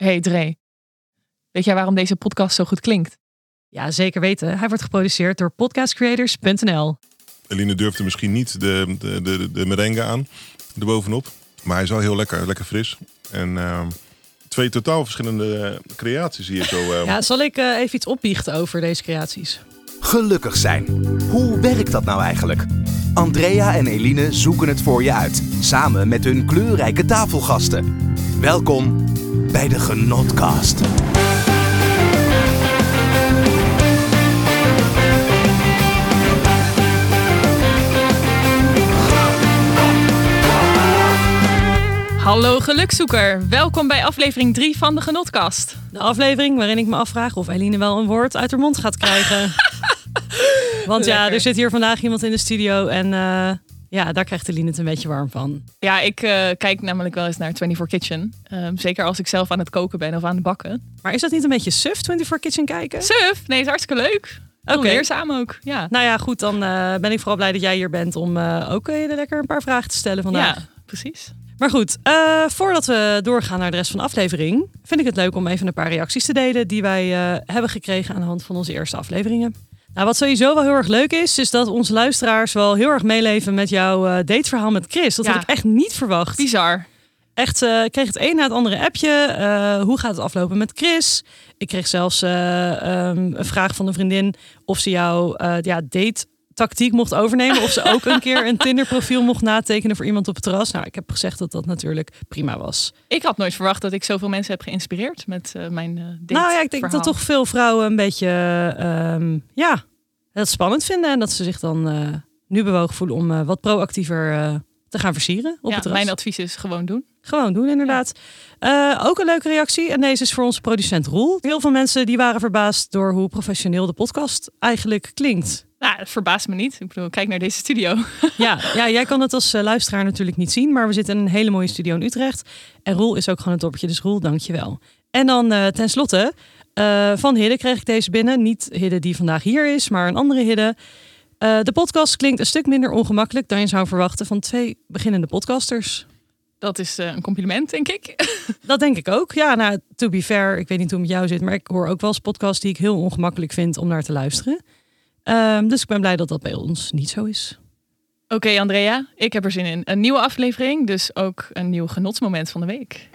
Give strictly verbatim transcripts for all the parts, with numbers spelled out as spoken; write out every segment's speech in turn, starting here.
Hey Dre, weet jij waarom deze podcast zo goed klinkt? Ja, zeker weten. Hij wordt geproduceerd door podcast creators punt n l. Eline durfde misschien niet de, de, de, de merengue aan, erbovenop. Maar hij is wel heel lekker, lekker fris. En uh, twee totaal verschillende creaties hier zo. Uh... Ja, zal ik uh, even iets opbiechten over deze creaties? Gelukkig zijn. Hoe werkt dat nou eigenlijk? Andrea en Eline zoeken het voor je uit. Samen met hun kleurrijke tafelgasten. Welkom bij de Genotcast. Hallo gelukzoeker, welkom bij aflevering drie van de Genotcast. De aflevering waarin ik me afvraag of Eline wel een woord uit haar mond gaat krijgen. Want ja, Lekker. Er zit hier vandaag iemand in de studio en uh, ja, daar krijgt Eline het een beetje warm van. Ja, ik uh, kijk namelijk wel eens naar twenty-four Kitchen. Um, zeker als ik zelf aan het koken ben of aan het bakken. Maar is dat niet een beetje suf, twenty-four Kitchen kijken? Suf? Nee, is hartstikke leuk. Oké. Oké. Leerzaam ook, ja. Nou ja, goed, dan uh, ben ik vooral blij dat jij hier bent om uh, ook uh, lekker een paar vragen te stellen vandaag. Ja, precies. Maar goed, uh, voordat we doorgaan naar de rest van de aflevering, vind ik het leuk om even een paar reacties te delen die wij uh, hebben gekregen aan de hand van onze eerste afleveringen. Nou, wat sowieso wel heel erg leuk is, is dat onze luisteraars wel heel erg meeleven met jouw uh, dateverhaal met Chris. Dat Ja. had ik echt niet verwacht. Bizar. Echt, uh, ik kreeg het een na het andere appje. Uh, hoe gaat het aflopen met Chris? Ik kreeg zelfs uh, um, een vraag van een vriendin of ze jouw uh, ja, date tactiek mocht overnemen. Of ze ook een keer een Tinder profiel mocht natekenen voor iemand op het terras. Nou, ik heb gezegd dat dat natuurlijk prima was. Ik had nooit verwacht dat ik zoveel mensen heb geïnspireerd met uh, mijn uh, date Nou ja, ik denk verhaal. dat toch veel vrouwen een beetje um, ja, het spannend vinden. En dat ze zich dan uh, nu bewogen voelen om uh, wat proactiever uh, te gaan versieren op Ja, het terras. mijn advies is gewoon doen. Gewoon doen, inderdaad. Uh, ook een leuke reactie. En deze is voor onze producent Roel. Heel veel mensen die waren verbaasd door hoe professioneel de podcast eigenlijk klinkt. Nou, dat verbaast me niet. Ik bedoel, kijk naar deze studio. Ja, ja, jij kan het als uh, luisteraar natuurlijk niet zien. Maar we zitten in een hele mooie studio in Utrecht. En Roel is ook gewoon een toppertje. Dus Roel, dank je wel. En dan uh, tenslotte, uh, van Hidde kreeg ik deze binnen. Niet Hidde die vandaag hier is, maar een andere Hidde. Uh, de podcast klinkt een stuk minder ongemakkelijk dan je zou verwachten van twee beginnende podcasters. Dat is uh, een compliment, denk ik. Dat denk ik ook. Ja, nou, to be fair, ik weet niet hoe het met jou zit, maar ik hoor ook wel eens podcasts die ik heel ongemakkelijk vind om naar te luisteren. Um, dus ik ben blij dat dat bij ons niet zo is. Oké, okay, Andrea, ik heb er zin in. Een nieuwe aflevering, dus ook een nieuw genotsmoment van de week.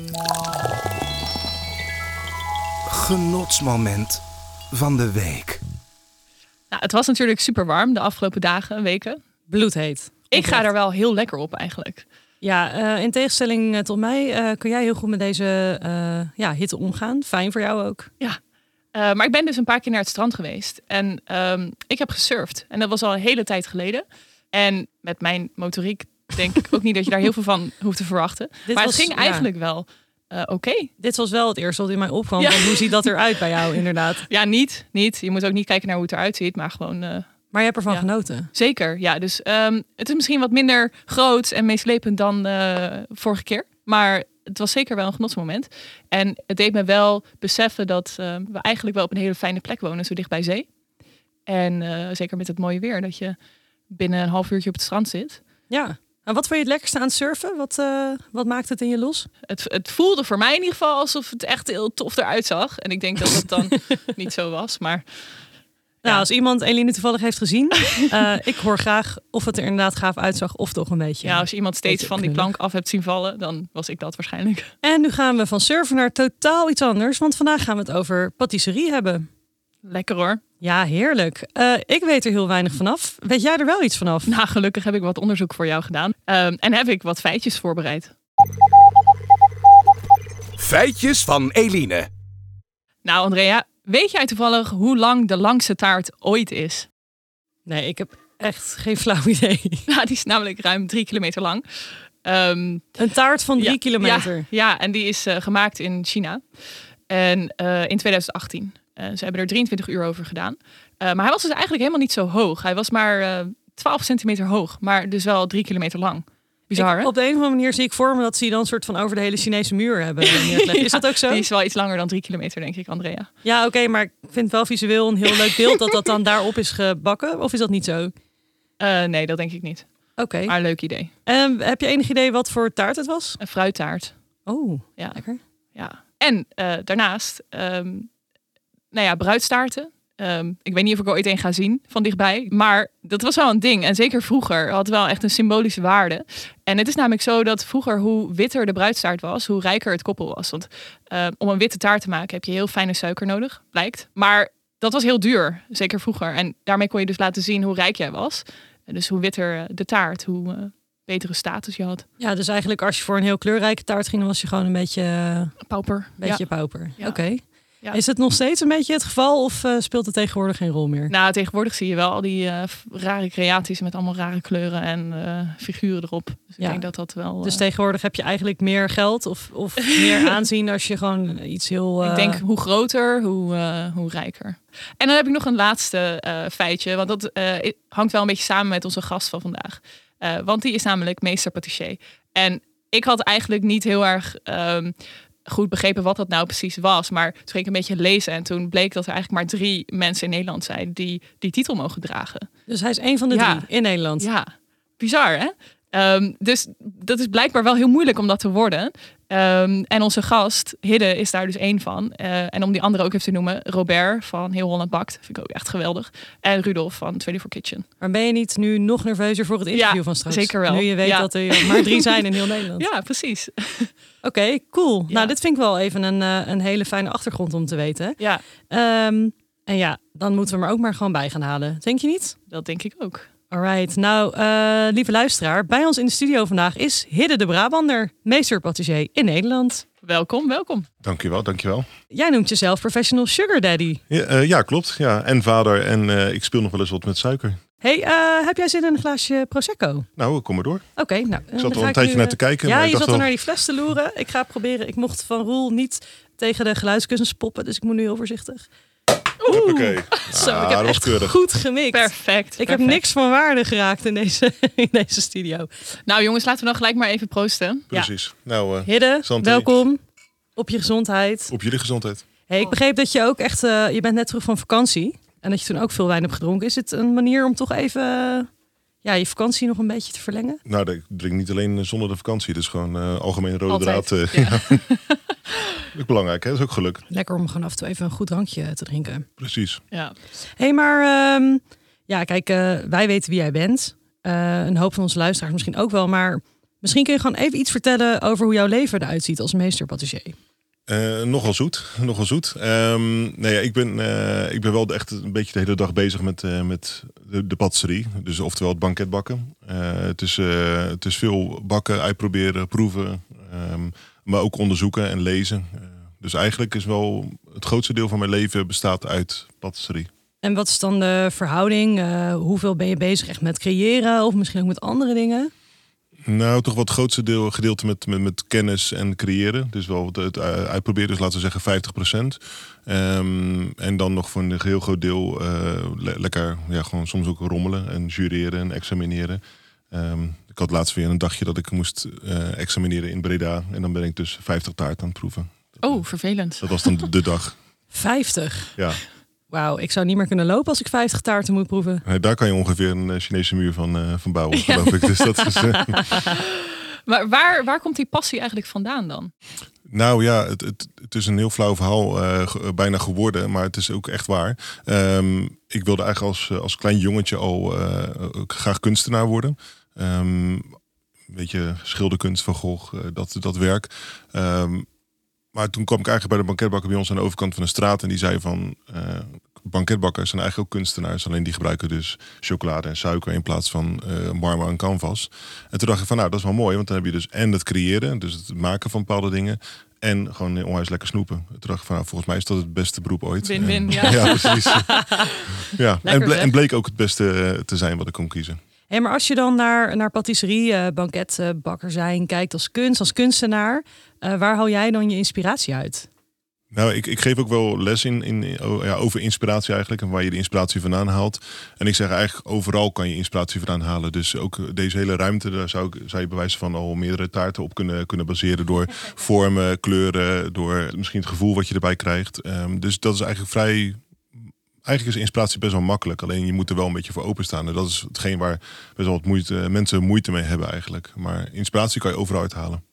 Genotsmoment van de week. Nou, het was natuurlijk super warm de afgelopen dagen en weken. Bloedheet. Ik ga er wel heel lekker op eigenlijk. Ja, uh, in tegenstelling tot mij uh, kun jij heel goed met deze uh, ja, hitte omgaan. Fijn voor jou ook. Ja, uh, maar ik ben dus een paar keer naar het strand geweest. En um, ik heb gesurfd. En dat was al een hele tijd geleden. En met mijn motoriek denk ik ook niet dat je daar heel veel van hoeft te verwachten. Dit maar was, het ging ja. eigenlijk wel uh, oké. Okay. Dit was wel het eerste wat in mij opkwam. Ja. Van hoe ziet dat eruit bij jou inderdaad? Ja, niet, niet. Je moet ook niet kijken naar hoe het eruit ziet, maar gewoon... Uh, Maar je hebt ervan ja. genoten. Zeker, ja. Dus um, het is misschien wat minder groot en meeslepend dan uh, vorige keer. Maar het was zeker wel een genotsmoment. En het deed me wel beseffen dat uh, we eigenlijk wel op een hele fijne plek wonen, zo dicht bij zee. En uh, zeker met het mooie weer, dat je binnen een half uurtje op het strand zit. Ja. En wat vond je het lekkerste aan het surfen? Wat, uh, wat maakt het in je los? Het, het voelde voor mij in ieder geval alsof het echt heel tof eruit zag. En ik denk dat het dan niet zo was, maar... Nou, ja. als iemand Eline toevallig heeft gezien, uh, ik hoor graag of het er inderdaad gaaf uitzag of toch een beetje. Ja, als je iemand steeds van die knullig. plank af hebt zien vallen, dan was ik dat waarschijnlijk. En nu gaan we van surfen naar totaal iets anders, want vandaag gaan we het over patisserie hebben. Lekker hoor. Ja, heerlijk. Uh, ik weet er heel weinig vanaf. Weet jij er wel iets vanaf? Nou, gelukkig heb ik wat onderzoek voor jou gedaan. Um, en heb ik wat feitjes voorbereid. Feitjes van Eline. Nou, Andrea, weet jij toevallig hoe lang de langste taart ooit is? Nee, ik heb echt geen flauw idee. Nou, die is namelijk ruim drie kilometer lang. Um, een taart van drie ja, kilometer? Ja, ja, en die is uh, gemaakt in China. En uh, in twintig achttien. Uh, ze hebben er drieëntwintig uur over gedaan. Uh, maar hij was dus eigenlijk helemaal niet zo hoog. Hij was maar uh, twaalf centimeter hoog, maar dus wel drie kilometer lang. Bizar, ik, hè? op de een of andere manier zie ik voor me dat ze dan een soort van over de hele Chinese muur hebben neergelegd. Is ja, dat ook zo? Die is wel iets langer dan drie kilometer, denk ik, Andrea. Ja, oké, okay, maar ik vind het wel visueel een heel leuk beeld dat dat dan daarop is gebakken. Of is dat niet zo? Uh, nee, dat denk ik niet. Oké. Okay. Maar een leuk idee. En heb je enig idee wat voor taart het was? Een fruittaart. Oh, ja. lekker. Ja. En uh, daarnaast, um, nou ja, bruidstaarten. Um, ik weet niet of ik er ooit een ga zien van dichtbij. Maar dat was wel een ding. En zeker vroeger had het wel echt een symbolische waarde. En het is namelijk zo dat vroeger hoe witter de bruidstaart was, hoe rijker het koppel was. Want uh, om een witte taart te maken heb je heel fijne suiker nodig, blijkt. Maar dat was heel duur, zeker vroeger. En daarmee kon je dus laten zien hoe rijk jij was. En dus hoe witter de taart, hoe uh, betere status je had. Ja, dus eigenlijk als je voor een heel kleurrijke taart ging, dan was je gewoon een beetje... Uh, pauper. Een beetje ja. pauper. Ja. Oké. Okay. Ja. Is het nog steeds een beetje het geval of uh, speelt het tegenwoordig geen rol meer? Nou, tegenwoordig zie je wel al die uh, rare creaties met allemaal rare kleuren en uh, figuren erop. Dus ja. ik denk dat dat wel... Uh... Dus tegenwoordig heb je eigenlijk meer geld of, of meer aanzien als je gewoon iets heel... Uh... Ik denk hoe groter, hoe, uh, hoe rijker. En dan heb ik nog een laatste uh, feitje, want dat uh, hangt wel een beetje samen met onze gast van vandaag. Uh, want die is namelijk meester patissier. En ik had eigenlijk niet heel erg... Um, goed begrepen wat dat nou precies was. Maar toen ging ik een beetje lezen en toen bleek dat er eigenlijk maar drie mensen in Nederland zijn die die titel mogen dragen. Dus hij is één van de ja. drie in Nederland. Ja, bizar hè? Um, dus dat is blijkbaar wel heel moeilijk om dat te worden. Um, en onze gast, Hidde, is daar dus één van. Uh, en om die andere ook even te noemen, Robert van Heel Holland Bakt. Vind ik ook echt geweldig. En Rudolf van tweeënvijftig Kitchen. Maar ben je niet nu nog nerveuzer voor het interview ja, van straks? Zeker wel. Nu je weet ja. dat er maar drie zijn in heel Nederland. Ja, precies. Oké, okay, cool. Ja. Nou, dit vind ik wel even een, uh, een hele fijne achtergrond om te weten. Ja. Um, en ja, dan moeten we hem er ook maar gewoon bij gaan halen. Denk je niet? Dat denk ik ook. Alright, nou, uh, lieve luisteraar, bij ons in de studio vandaag is Hidde de Brabander, meester patissier in Nederland. Welkom, welkom. Dankjewel, dankjewel. Jij noemt jezelf professional sugar daddy. Ja, uh, ja klopt. Ja. En vader en uh, ik speel nog wel eens wat met suiker. Hey, uh, heb jij zin in een glaasje Prosecco? Nou, kom maar door. Oké, okay, nou. Ik zat er al een tijdje nu, naar te kijken. Ja, maar je ik zat dacht er wel... naar die fles te loeren. Ik ga proberen. Ik mocht van Roel niet tegen de geluidskussens poppen, dus ik moet nu heel voorzichtig. Oeh, okay. Zo, ah, ik heb echt keurig. goed gemikt. Perfect. Ik perfect. heb niks van waarde geraakt in deze, in deze studio. Nou jongens, laten we dan gelijk maar even proosten. Precies. Ja. Nou, uh, Hidde, Santé. welkom. Op je gezondheid. Op jullie gezondheid. Hey, ik begreep dat je ook echt, uh, je bent net terug van vakantie. En dat je toen ook veel wijn hebt gedronken. Is het een manier om toch even uh, ja, je vakantie nog een beetje te verlengen? Nou, ik drink niet alleen zonder de vakantie. Dus gewoon uh, algemeen rode Altijd. draad. Uh, ja. ja. Dat is belangrijk, hè? Dat is ook geluk. Lekker om gewoon af en toe even een goed drankje te drinken. Precies. Ja. Hé, hey, maar um, ja, kijk, uh, wij weten wie jij bent. Uh, een hoop van onze luisteraars misschien ook wel. Maar misschien kun je gewoon even iets vertellen over hoe jouw leven eruit ziet als meester patissier. Uh, nogal zoet, nogal zoet. Um, nee, ja, ik, ben, uh, ik ben wel echt een beetje de hele dag bezig met, uh, met de, de patisserie. Dus oftewel het banketbakken. Uh, het, is, uh, het is veel bakken, uitproberen, proeven. Um, maar ook onderzoeken en lezen. Uh, dus eigenlijk is wel het grootste deel van mijn leven bestaat uit patisserie. En wat is dan de verhouding? Uh, hoeveel ben je bezig echt met creëren? Of misschien ook met andere dingen? Nou, toch wat het grootste deel, gedeelte met, met, met kennis en creëren. Dus wel het, het uitproberen, dus laten we zeggen vijftig procent. Um, en dan nog voor een heel groot deel uh, le- lekker, ja, gewoon soms ook rommelen en jureren en examineren. Um, ik had laatst weer een dagje dat ik moest uh, examineren in Breda. En dan ben ik dus vijftig taart aan het proeven. Oh, vervelend. Dat was dan de, de dag. vijftig? Ja. Wauw, ik zou niet meer kunnen lopen als ik vijftig taarten moet proeven. Uh, daar kan je ongeveer een uh, Chinese muur van, uh, van bouwen, ja. geloof ik. Dus dat is, uh... Maar waar, waar komt die passie eigenlijk vandaan dan? Nou ja, het, het, het is een heel flauw verhaal uh, ge, bijna geworden, maar het is ook echt waar. Um, ik wilde eigenlijk als, als klein jongetje al uh, graag kunstenaar worden. Um, weet je, schilderkunst van Gogh, uh, dat, dat werk. Um, maar toen kwam ik eigenlijk bij de banketbakker bij ons aan de overkant van de straat en die zei van... Uh, banketbakkers zijn eigenlijk ook kunstenaars. Alleen die gebruiken dus chocolade en suiker in plaats van uh, marmer en canvas. En toen dacht ik van nou, dat is wel mooi. Want dan heb je dus en het creëren, dus het maken van bepaalde dingen. En gewoon onwijs lekker snoepen. Toen dacht ik van nou, volgens mij is dat het beste beroep ooit. Win-win, ja. Ja, precies. Ja. En, ble- zeg. en bleek ook het beste te zijn wat ik kon kiezen. Hey, maar als je dan naar, naar patisserie, uh, banketbakker zijn, kijkt als kunst, als kunstenaar. Uh, waar haal jij dan je inspiratie uit? Nou, ik, ik geef ook wel les in, in, ja, over inspiratie eigenlijk. En waar je de inspiratie vandaan haalt. En ik zeg eigenlijk, overal kan je inspiratie vandaan halen. Dus ook deze hele ruimte, daar zou, ik, zou je bij wijze van al meerdere taarten op kunnen, kunnen baseren. Door vormen, kleuren, door misschien het gevoel wat je erbij krijgt. Um, dus dat is eigenlijk vrij... Eigenlijk is inspiratie best wel makkelijk. Alleen je moet er wel een beetje voor openstaan. En dat is hetgeen waar best wel wat moeite, mensen moeite mee hebben eigenlijk. Maar inspiratie kan je overal uithalen.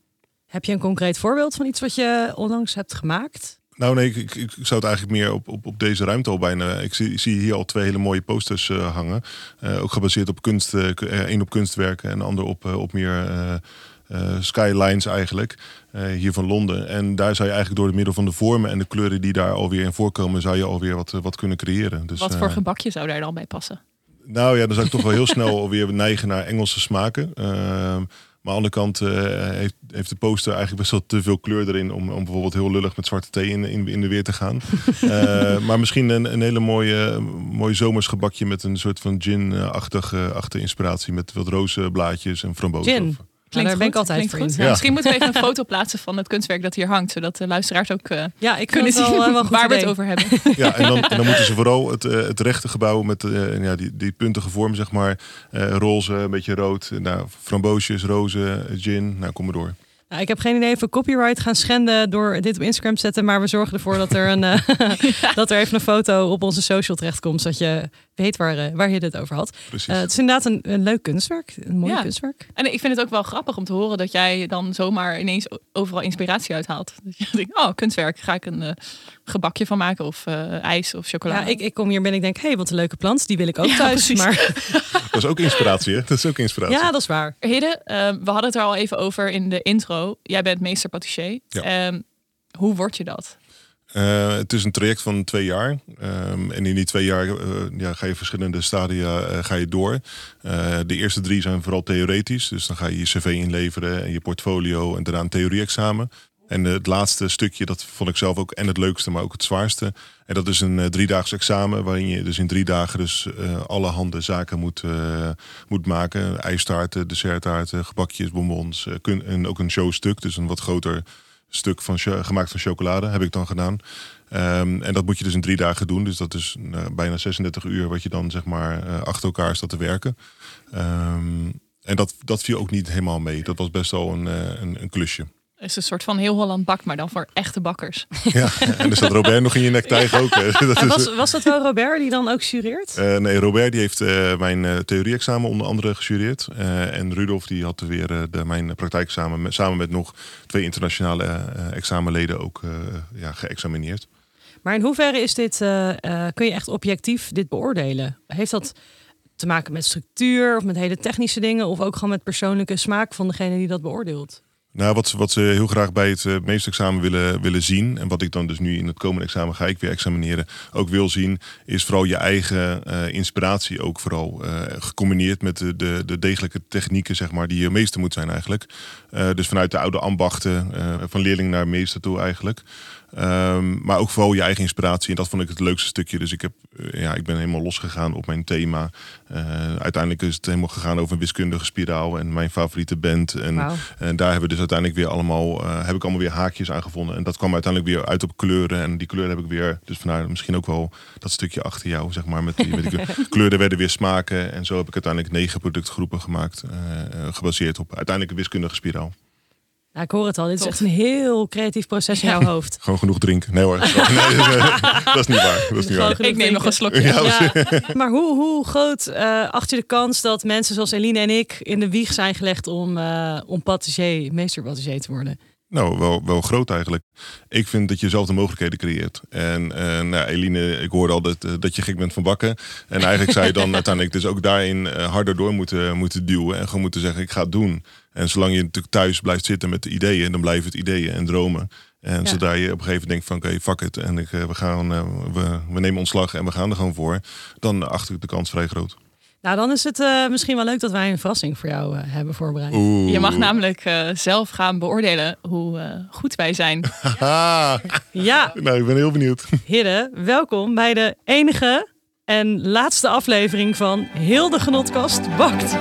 Heb je een concreet voorbeeld van iets wat je onlangs hebt gemaakt? Nou nee, ik, ik, ik zou het eigenlijk meer op, op, op deze ruimte al bijna... Ik zie, ik zie hier al twee hele mooie posters uh, hangen. Uh, ook gebaseerd op kunst. Uh, één op kunstwerken en de ander op, uh, op meer uh, uh, skylines eigenlijk. Uh, hier van Londen. En daar zou je eigenlijk door het middel van de vormen en de kleuren die daar alweer in voorkomen... zou je alweer wat, wat kunnen creëren. Dus, wat voor uh, gebakje zou daar dan bij passen? Nou ja, dan zou ik toch wel heel snel alweer neigen naar Engelse smaken. Uh, Maar aan de andere kant uh, heeft, heeft de poster eigenlijk best wel te veel kleur erin... om, om bijvoorbeeld heel lullig met zwarte thee in, in, in de weer te gaan. uh, maar misschien een, een hele mooie, mooie zomersgebakje... met een soort van gin-achtige uh, inspiratie... met wat rozenblaadjes en frambozen. Gin. Nou, daar ben ik altijd voor in. Ja. Ja. Misschien moeten we even een foto plaatsen van het kunstwerk dat hier hangt. Zodat de luisteraars ook uh, ja, ik kunnen zien wel, uh, wel waar idee. we het over hebben. Ja, en dan, en dan moeten ze vooral het, uh, het rechte gebouw met uh, ja, die, die puntige vorm, zeg maar. Uh, roze, een beetje rood. Nou, framboosjes, rozen, gin. Nou, kom maar door. Nou, ik heb geen idee of we copyright gaan schenden door dit op Instagram te zetten. Maar we zorgen ervoor dat er, een, uh, ja. dat er even een foto op onze social terechtkomt. Zodat je weet waar, uh, waar je het over had. Uh, het is inderdaad een, een leuk kunstwerk. Een mooi ja. kunstwerk. En ik vind het ook wel grappig om te horen dat jij dan zomaar ineens overal inspiratie uithaalt. Dat je denkt, oh, kunstwerk, ga ik een uh, gebakje van maken. Of uh, ijs of chocolade. Ja, ik, ik kom hier binnen en ik denk, hé, hey, wat een leuke plant. Die wil ik ook ja, thuis. Maar... Dat is ook inspiratie, hè? Dat is ook inspiratie. Ja, dat is waar. Hidde, uh, we hadden het er al even over in de intro. Jij bent meester patissier. Ja. Um, hoe word je dat? Uh, het is een traject van twee jaar. Um, en in die twee jaar uh, ja, ga je verschillende stadia uh, ga je door. Uh, de eerste drie zijn vooral theoretisch. Dus dan ga je je cv inleveren en je portfolio en daarna een theorie-examen. En uh, het laatste stukje, dat vond ik zelf ook en het leukste, maar ook het zwaarste. En dat is een uh, driedaags examen, waarin je dus in drie dagen dus uh, allerhande zaken moet, uh, moet maken. IJstaarten, desserttaarten, gebakjes, bonbons. Uh, kun, en ook een showstuk, dus een wat groter stuk van gemaakt van chocolade, heb ik dan gedaan. Um, en dat moet je dus in drie dagen doen. Dus dat is uh, bijna zesendertig uur wat je dan zeg maar uh, achter elkaar staat te werken. Um, en dat, dat viel ook niet helemaal mee. Dat was best wel een, uh, een, een klusje. Het is een soort van heel Holland bak, maar dan voor echte bakkers. Ja, en er staat Robert nog in je nektijg ook. Dat was, is, was dat wel Robert die dan ook jureert? Uh, nee, Robert die heeft uh, mijn uh, theorie-examen onder andere gejureerd. Uh, en Rudolf die had weer uh, de, mijn praktijkexamen met, samen met nog twee internationale uh, examenleden ook uh, ja, geëxamineerd. Maar in hoeverre is dit, uh, uh, kun je echt objectief dit beoordelen? Heeft dat te maken met structuur of met hele technische dingen? Of ook gewoon met persoonlijke smaak van degene die dat beoordeelt? Nou, wat, wat ze heel graag bij het uh, meesterexamen willen, willen zien... en wat ik dan dus nu in het komende examen ga ik weer examineren... ook wil zien, is vooral je eigen uh, inspiratie ook vooral... Uh, gecombineerd met de, de, de degelijke technieken, zeg maar, die je meester moet zijn eigenlijk. Uh, dus vanuit de oude ambachten, uh, van leerling naar meester toe eigenlijk... Um, maar ook vooral je eigen inspiratie. En dat vond ik het leukste stukje. Dus ik, heb, uh, ja, ik ben helemaal losgegaan op mijn thema. Uh, uiteindelijk is het helemaal gegaan over een wiskundige spiraal. En mijn favoriete band. En, wow. en daar hebben we dus uiteindelijk weer allemaal... Uh, heb ik allemaal weer haakjes aan gevonden. En dat kwam uiteindelijk weer uit op kleuren. En die kleuren heb ik weer... Dus vandaar misschien ook wel dat stukje achter jou. Zeg maar, met die, met die kleuren werden weer smaken. En zo heb ik uiteindelijk negen productgroepen gemaakt. Uh, gebaseerd op uiteindelijk een wiskundige spiraal. Nou, ik hoor het al. Dit is echt een heel creatief proces in jouw hoofd. Gewoon genoeg drinken. Nee hoor. Nee, dat is niet waar. Dat is niet waar. Ik neem nog een slokje. Ja, ja. Maar hoe, hoe groot uh, acht je de kans dat mensen zoals Eline en ik in de wieg zijn gelegd om, uh, om patissier, meester patissier te worden? Nou, wel, wel groot eigenlijk. Ik vind dat je zelf de mogelijkheden creëert. En uh, nou, Eline, ik hoorde al dat, uh, dat je gek bent van bakken. En eigenlijk zou je dan uiteindelijk dus ook daarin uh, harder door moeten, moeten duwen. En gewoon moeten zeggen, ik ga het doen. En zolang je natuurlijk thuis blijft zitten met de ideeën, dan blijven het ideeën en dromen. En ja. Zodra je op een gegeven moment denkt van oké, okay, fuck it. En ik, uh, we, gaan, uh, we, we nemen ontslag en we gaan er gewoon voor. Dan acht ik de kans vrij groot. Nou, dan is het uh, misschien wel leuk dat wij een verrassing voor jou uh, hebben voorbereid. Oeh. Je mag namelijk uh, zelf gaan beoordelen hoe uh, goed wij zijn. Ja. Nou, ik ben heel benieuwd. Hidde, welkom bij de enige en laatste aflevering van Heel de Genotkast Bakt.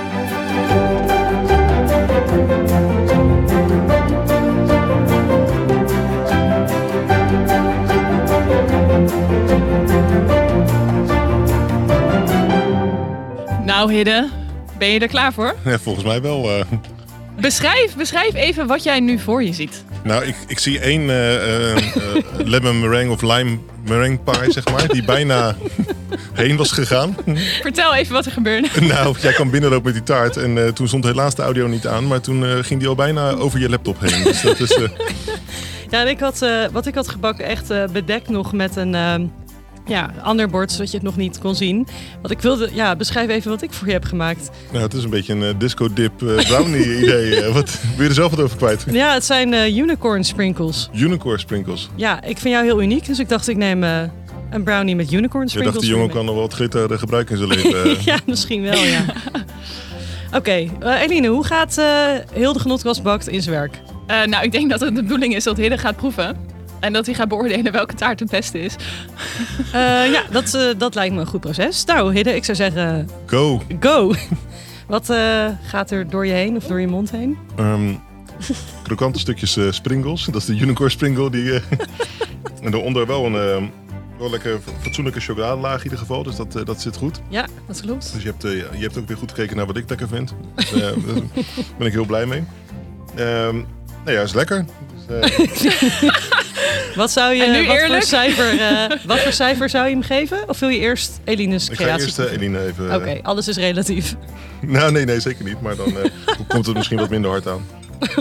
Nou Hidde, ben je er klaar voor? Ja, volgens mij wel. Uh... Beschrijf, beschrijf even wat jij nu voor je ziet. Nou, ik, ik zie één uh, uh, uh, lemon meringue of lime meringue pie, zeg maar, die bijna, heen was gegaan. Vertel even wat er gebeurde. Nou, jij kwam binnenlopen met die taart. En uh, toen stond helaas de audio niet aan. Maar toen uh, ging die al bijna over je laptop heen. Dus dat is... Uh... Ja, en ik had, uh, wat ik had gebakken echt uh, bedekt nog met een... Uh... Ja, ander bord, zodat je het nog niet kon zien. Want ik wilde, ja, beschrijf even wat ik voor je heb gemaakt. Nou, het is een beetje een uh, disco-dip uh, brownie idee. Uh, wat, wil je er zelf wat over kwijt? Ja, het zijn uh, unicorn sprinkles. Unicorn sprinkles? Ja, ik vind jou heel uniek. Dus ik dacht, ik neem uh, een brownie met unicorn sprinkles. Je dacht, die jongen kan nog wel wat glitter gebruiken in zijn leven. Uh. Ja, misschien wel, ja. Oké, okay, uh, Eline, hoe gaat uh, Hilde Genotkast bakt in zijn werk? Uh, nou, ik denk dat het de bedoeling is dat Hilde gaat proeven. En dat hij gaat beoordelen welke taart het beste is. Uh, ja, dat, uh, dat lijkt me een goed proces. Nou, Hidde, ik zou zeggen... Go! Go! Wat uh, gaat er door je heen of door je mond heen? Um, krokante stukjes uh, Springles. Dat is de unicorn springle. Die, uh, en daaronder wel een uh, wel lekker fatsoenlijke chocoladelaag in ieder geval. Dus dat, uh, dat zit goed. Ja, dat klopt. Dus je hebt, uh, je hebt ook weer goed gekeken naar wat ik lekker vind. Dus, uh, daar ben ik heel blij mee. Um, nou ja, is lekker. Dus, uh... Wat zou je, en nu wat eerlijk? voor cijfer, uh, wat voor cijfer zou je hem geven? Of wil je eerst Eline's ik creatie? Ik ga eerst uh, Eline even... Oké, okay, alles is relatief. Nou, nee, nee, zeker niet. Maar dan uh, komt het misschien wat minder hard aan.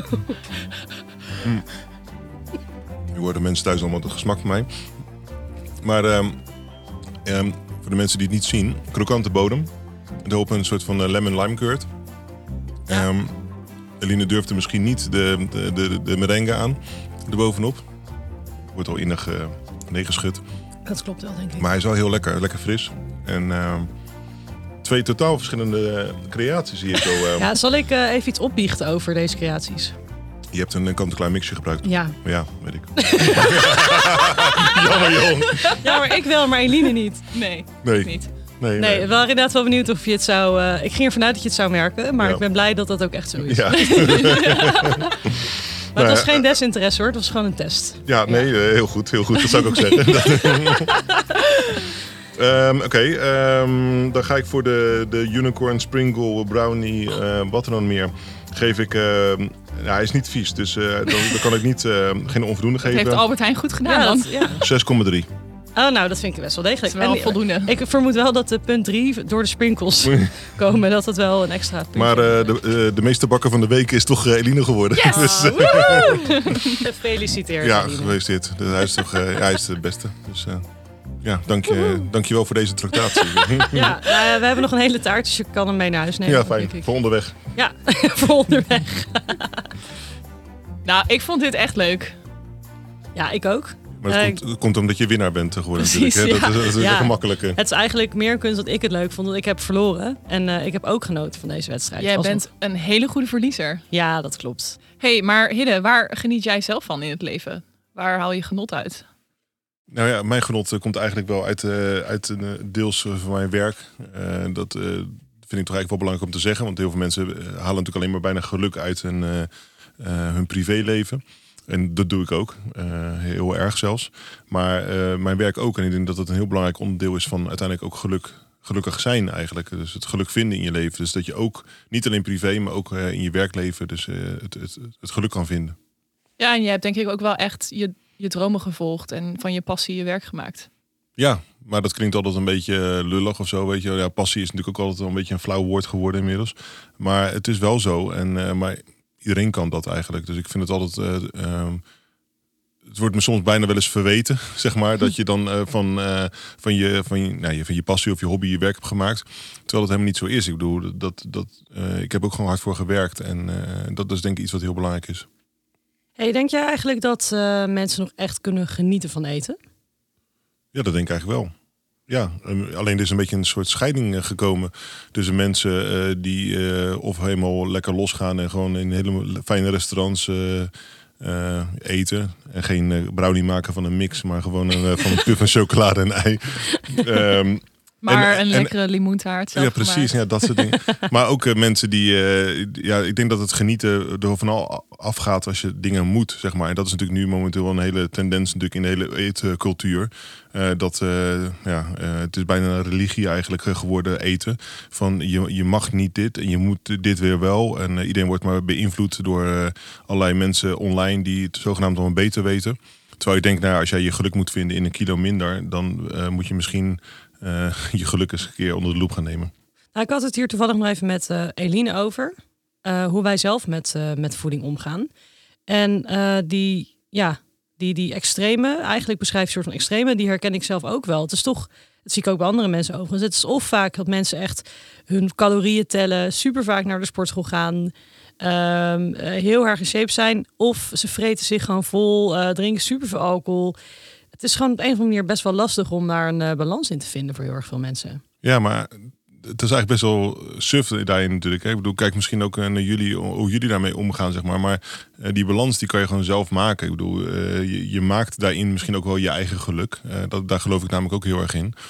Mm. Nu worden mensen thuis allemaal het gesmak van mij. Maar um, um, voor de mensen die het niet zien, krokante bodem. Erop een soort van uh, lemon-lime curd. Ja. Um, Eline durfde misschien niet de, de, de, de merengue aan, erbovenop. Wordt al innig uh, neergeschud. Dat klopt wel, denk ik. Maar hij is wel heel lekker, lekker fris. En uh, twee totaal verschillende creaties zie ik zo. Uh, ja, zal ik uh, even iets opbiechten over deze creaties? Je hebt een kant-en-klaar mixje gebruikt. Ja. Ja, weet ik. Jammer, jong. Ja, maar ik wel, maar Eline niet. Nee, nee. ik niet. Nee, nee, nee, wel inderdaad wel benieuwd of je het zou... Uh, ik ging ervan uit dat je het zou merken, maar ja. ik ben blij dat dat ook echt zo is. Ja. Maar het was geen desinteresse hoor, het was gewoon een test. Ja, nee, ja. heel goed, heel goed. Dat zou ik ook zeggen. um, Oké, okay, um, dan ga ik voor de, de unicorn sprinkle brownie, uh, wat er dan meer, geef ik... Uh, nou, hij is niet vies, dus uh, dan, dan kan ik niet, uh, geen onvoldoende dat geven. heeft Albert Heijn goed gedaan ja, dan. Ja. zes komma drie. Oh, nou, dat vind ik best wel degelijk. Dat is wel en, voldoende. Ik vermoed wel dat de punt drie door de sprinkles komen. Dat het wel een extra punt is. Maar uh, de, uh, de meeste bakker van de week is toch uh, Eline geworden. Yes! Dus, uh, gefeliciteerd. Ja, Eline. gefeliciteerd. Hij is toch uh, hij is de beste. Dus uh, ja, dank je, dank je wel voor deze tractatie. Ja, uh, we hebben nog een hele taart, dus je kan hem mee naar huis nemen. Ja, fijn. Voor onderweg. Ja, voor onderweg. Nou, ik vond dit echt leuk. Ja, ik ook. Maar het, uh, komt, het komt omdat je winnaar bent geworden precies, natuurlijk. Hè? Ja. Dat is, dat is ja. gemakkelijk. Het is eigenlijk meer kunst dat ik het leuk vond. Dat ik heb verloren. En uh, ik heb ook genoten van deze wedstrijd. Jij Alsnog. bent een hele goede verliezer. Ja, dat klopt. Hey, maar Hidde, waar geniet jij zelf van in het leven? Waar haal je genot uit? Nou ja, mijn genot uh, komt eigenlijk wel uit, uh, uit uh, deels uh, van mijn werk. Uh, dat uh, vind ik toch eigenlijk wel belangrijk om te zeggen. Want heel veel mensen uh, halen natuurlijk alleen maar bijna geluk uit hun, uh, uh, hun privéleven. En dat doe ik ook, uh, heel erg zelfs. Maar uh, mijn werk ook. En ik denk dat het een heel belangrijk onderdeel is van uiteindelijk ook geluk, gelukkig zijn eigenlijk. Dus het geluk vinden in je leven. Dus dat je ook, niet alleen privé, maar ook uh, in je werkleven dus, uh, het, het, het geluk kan vinden. Ja, en je hebt denk ik ook wel echt je, je dromen gevolgd en van je passie je werk gemaakt. Ja, maar dat klinkt altijd een beetje lullig of zo, weet je. Ja, passie is natuurlijk ook altijd wel een beetje een flauw woord geworden inmiddels. Maar het is wel zo. En, uh, maar iedereen kan dat eigenlijk. Dus ik vind het altijd... Uh, um, het wordt me soms bijna wel eens verweten, zeg maar. Dat je dan uh, van, uh, van, je, van, je, nou, van je passie of je hobby je werk hebt gemaakt. Terwijl het helemaal niet zo is. Ik bedoel, dat, dat, uh, ik heb ook gewoon hard voor gewerkt. En uh, dat is denk ik iets wat heel belangrijk is. Hey, denk jij eigenlijk dat uh, mensen nog echt kunnen genieten van eten? Ja, dat denk ik eigenlijk wel. Ja, alleen er is een beetje een soort scheiding gekomen tussen mensen uh, die uh, of helemaal lekker losgaan en gewoon in hele fijne restaurants uh, uh, eten. En geen uh, brownie maken van een mix, maar gewoon een, uh, van een puff van chocolade en ei. Um, Maar en, een en, lekkere limoentaart. Ja, precies. Ja, dat soort dingen. Maar ook uh, mensen die... Uh, ja, ik denk dat het genieten er van al afgaat als je dingen moet, zeg maar. En dat is natuurlijk nu momenteel een hele tendens natuurlijk in de hele eetcultuur. Uh, dat, uh, ja, uh, het is bijna een religie eigenlijk geworden, eten. Van je, je mag niet dit en je moet dit weer wel. En uh, iedereen wordt maar beïnvloed door uh, allerlei mensen online die het zogenaamd allemaal beter weten. Terwijl je denkt, nou, als jij je geluk moet vinden in een kilo minder, dan uh, moet je misschien uh, je geluk eens een keer onder de loep gaan nemen. Nou, ik had het hier toevallig nog even met uh, Eline over. Uh, hoe wij zelf met, uh, met voeding omgaan. En uh, die, ja, die, die extreme, eigenlijk beschrijf je een soort van extreme, die herken ik zelf ook wel. Het is toch, dat zie ik ook bij andere mensen overigens. Het is of vaak dat mensen echt hun calorieën tellen, super vaak naar de sportschool gaan, um, heel erg in shape zijn. Of ze vreten zich gewoon vol, uh, drinken superveel alcohol. Het is gewoon op een of andere manier best wel lastig om daar een uh, balans in te vinden voor heel erg veel mensen. Ja, maar het is eigenlijk best wel suf daarin natuurlijk. Hè? Ik bedoel, kijk misschien ook naar jullie, hoe jullie daarmee omgaan, zeg maar. Maar uh, die balans die kan je gewoon zelf maken. Ik bedoel, uh, je, je maakt daarin misschien ook wel je eigen geluk. Uh, dat, daar geloof ik namelijk ook heel erg in.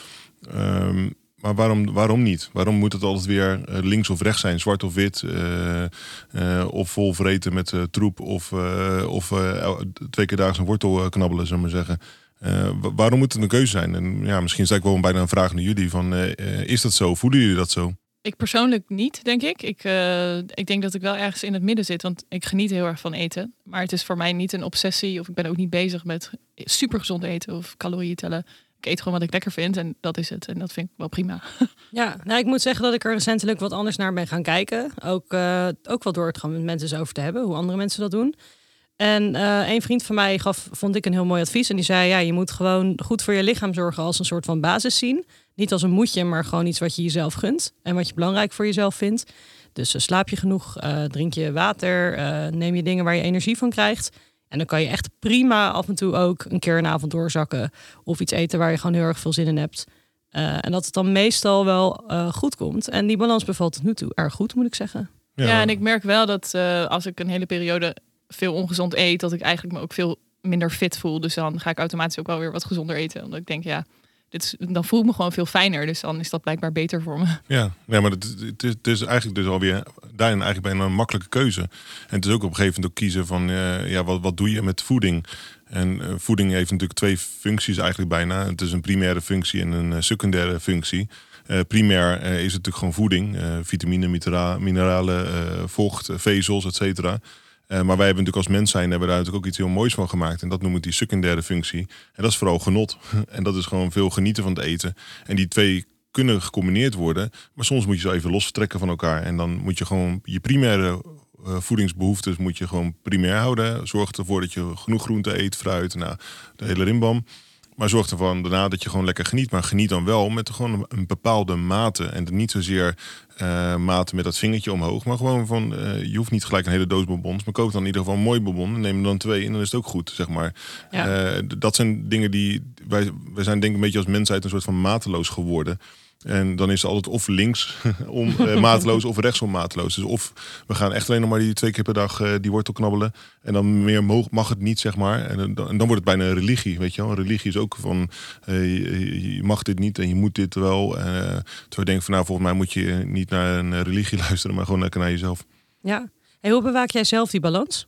Um, maar waarom, waarom niet? Waarom moet het altijd weer links of rechts zijn? Zwart of wit? Uh, uh, of vol vreten met uh, troep? Of, uh, of uh, twee keer daags een wortel knabbelen, zullen we maar zeggen. Uh, waarom moet het een keuze zijn? En ja, misschien is dat wel bijna een vraag naar jullie. Van, uh, is dat zo? Voelen jullie dat zo? Ik persoonlijk niet, denk ik. Ik, uh, ik denk dat ik wel ergens in het midden zit. Want ik geniet heel erg van eten. Maar het is voor mij niet een obsessie. Of ik ben ook niet bezig met supergezond eten of calorieën tellen. Ik eet gewoon wat ik lekker vind en dat is het. En dat vind ik wel prima. Ja, nou, ik moet zeggen dat ik er recentelijk wat anders naar ben gaan kijken. Ook, uh, ook wel door het gewoon met mensen over te hebben. Hoe andere mensen dat doen. En uh, een vriend van mij gaf, vond ik een heel mooi advies. En die zei, ja, je moet gewoon goed voor je lichaam zorgen als een soort van basis zien. Niet als een moetje, maar gewoon iets wat je jezelf gunt. En wat je belangrijk voor jezelf vindt. Dus uh, slaap je genoeg, uh, drink je water, uh, neem je dingen waar je energie van krijgt. En dan kan je echt prima af en toe ook een keer een avond doorzakken. Of iets eten waar je gewoon heel erg veel zin in hebt. Uh, en dat het dan meestal wel uh, goed komt. En die balans bevalt tot nu toe erg goed, moet ik zeggen. Ja, ja en ik merk wel dat uh, als ik een hele periode veel ongezond eet, dat ik eigenlijk me ook veel minder fit voel. Dus dan ga ik automatisch ook wel weer wat gezonder eten. Omdat ik denk, ja, dit is, dan voel ik me gewoon veel fijner. Dus dan is dat blijkbaar beter voor me. Ja, ja maar het, het, is, het is eigenlijk dus alweer daarin eigenlijk bijna een makkelijke keuze. En het is ook op een gegeven moment ook kiezen van, uh, ja, wat, wat doe je met voeding? En uh, voeding heeft natuurlijk twee functies eigenlijk bijna. Het is een primaire functie en een uh, secundaire functie. Uh, primair uh, is het natuurlijk gewoon voeding. Uh, vitamine, minera- mineralen, uh, vocht, uh, vezels, et cetera. Uh, maar wij hebben natuurlijk als mens zijn, hebben daar natuurlijk ook iets heel moois van gemaakt. En dat noem ik die secundaire functie. En dat is vooral genot. En dat is gewoon veel genieten van het eten. En die twee kunnen gecombineerd worden. Maar soms moet je zo even losvertrekken van elkaar. En dan moet je gewoon je primaire uh, voedingsbehoeftes moet je gewoon primair houden. Zorg ervoor dat je genoeg groente eet, fruit, nou, de hele rimbam. Maar zorg ervan daarna dat je gewoon lekker geniet. Maar geniet dan wel met gewoon een bepaalde mate. En niet zozeer uh, mate met dat vingertje omhoog. Maar gewoon van, uh, je hoeft niet gelijk een hele doos bonbons. Maar koop dan in ieder geval een mooi bonbon. Neem er dan twee en dan is het ook goed, zeg maar. Ja. Uh, dat zijn dingen die, wij, wij zijn denk ik een beetje als mensheid een soort van mateloos geworden. En dan is het altijd of links om uh, mateloos of rechtsom mateloos. Dus of we gaan echt alleen nog maar die twee keer per dag uh, die wortel knabbelen. En dan meer mag, mag het niet, zeg maar. En, en dan wordt het bijna een religie, weet je wel. Een religie is ook van, uh, je, je mag dit niet en je moet dit wel. Uh, terwijl je denkt van, nou, volgens mij moet je niet naar een religie luisteren, maar gewoon lekker naar jezelf. Ja. En hoe bewaak jij zelf die balans?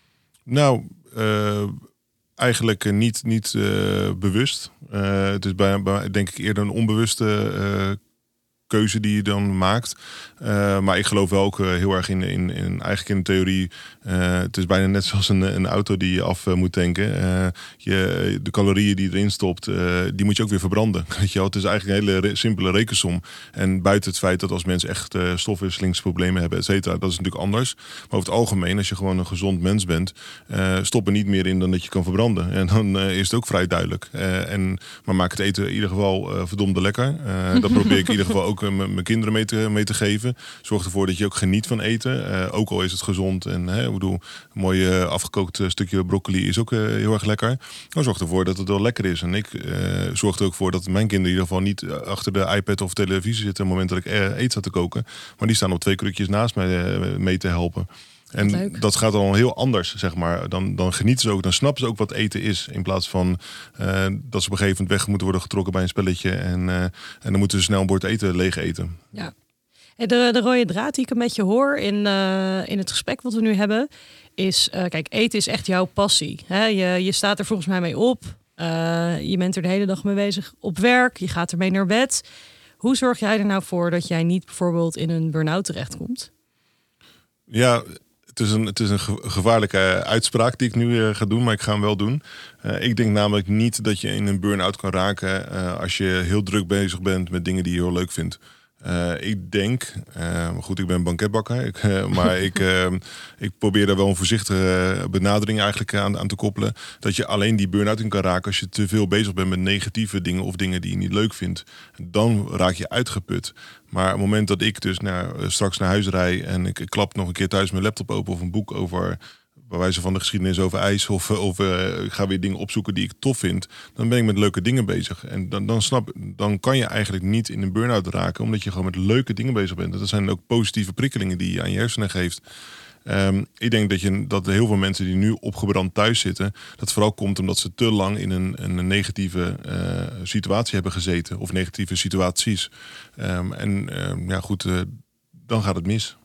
Nou, uh, eigenlijk niet, niet uh, bewust. Uh, het is bij, bij, denk ik eerder een onbewuste uh, keuze die je dan maakt. Uh, maar ik geloof wel ook uh, heel erg in, in, in eigenlijk in de theorie. Uh, het is bijna net zoals een, een auto die je af uh, moet tanken. Uh, je, de calorieën die je erin stopt, uh, die moet je ook weer verbranden. Weet je wel? Het is eigenlijk een hele re- simpele rekensom. En buiten het feit dat als mensen echt uh, stofwisselingsproblemen hebben, et cetera, dat is natuurlijk anders. Maar over het algemeen, als je gewoon een gezond mens bent, uh, stop er niet meer in dan dat je kan verbranden. En dan uh, is het ook vrij duidelijk. Uh, en, maar maak het eten in ieder geval uh, verdomde lekker. Uh, dat probeer ik in ieder geval ook uh, mijn kinderen mee te, mee te geven. Zorg ervoor dat je ook geniet van eten. Uh, ook al is het gezond. En hè, ik bedoel, een mooi uh, afgekookt uh, stukje broccoli is ook uh, heel erg lekker. Maar zorg ervoor dat het wel lekker is. En ik uh, zorg er ook voor dat mijn kinderen in ieder geval niet uh, achter de iPad of televisie zitten op het moment dat ik uh, eet sta te koken. Maar die staan op twee krukjes naast mij uh, mee te helpen. En Leuk. Dat gaat dan heel anders, zeg maar. Dan, dan genieten ze ook, dan snappen ze ook wat eten is. In plaats van uh, dat ze op een gegeven moment weg moeten worden getrokken bij een spelletje. En, uh, en dan moeten ze snel een bord eten leeg eten. Ja. De, de rode draad die ik een beetje hoor in, uh, in het gesprek wat we nu hebben, is, uh, kijk, eten is echt jouw passie. Hè? Je, je staat er volgens mij mee op. Uh, je bent er de hele dag mee bezig op werk. Je gaat ermee naar bed. Hoe zorg jij er nou voor dat jij niet bijvoorbeeld in een burn-out terechtkomt? Ja, Het is een, het is een gevaarlijke uitspraak die ik nu uh, ga doen, maar ik ga hem wel doen. Uh, ik denk namelijk niet dat je in een burn-out kan raken uh, als je heel druk bezig bent met dingen die je heel leuk vindt. Uh, ik denk, uh, goed, ik ben banketbakker, ik, uh, maar ik, uh, ik probeer daar wel een voorzichtige benadering eigenlijk aan, aan te koppelen. Dat je alleen die burn-out in kan raken als je te veel bezig bent met negatieve dingen of dingen die je niet leuk vindt. Dan raak je uitgeput. Maar op het moment dat ik dus nou, straks naar huis rijd en ik, ik klap nog een keer thuis mijn laptop open of een boek over, bij wijze van de geschiedenis over ijs, of, of uh, ik ga weer dingen opzoeken die ik tof vind, dan ben ik met leuke dingen bezig. En dan, dan, snap, dan kan je eigenlijk niet in een burn-out raken, omdat je gewoon met leuke dingen bezig bent. Dat zijn ook positieve prikkelingen die je aan je hersenen geeft. Um, ik denk dat, je, dat heel veel mensen die nu opgebrand thuis zitten, dat vooral komt omdat ze te lang in een, een negatieve uh, situatie hebben gezeten, of negatieve situaties. Um, en uh, ja goed, uh, dan gaat het mis.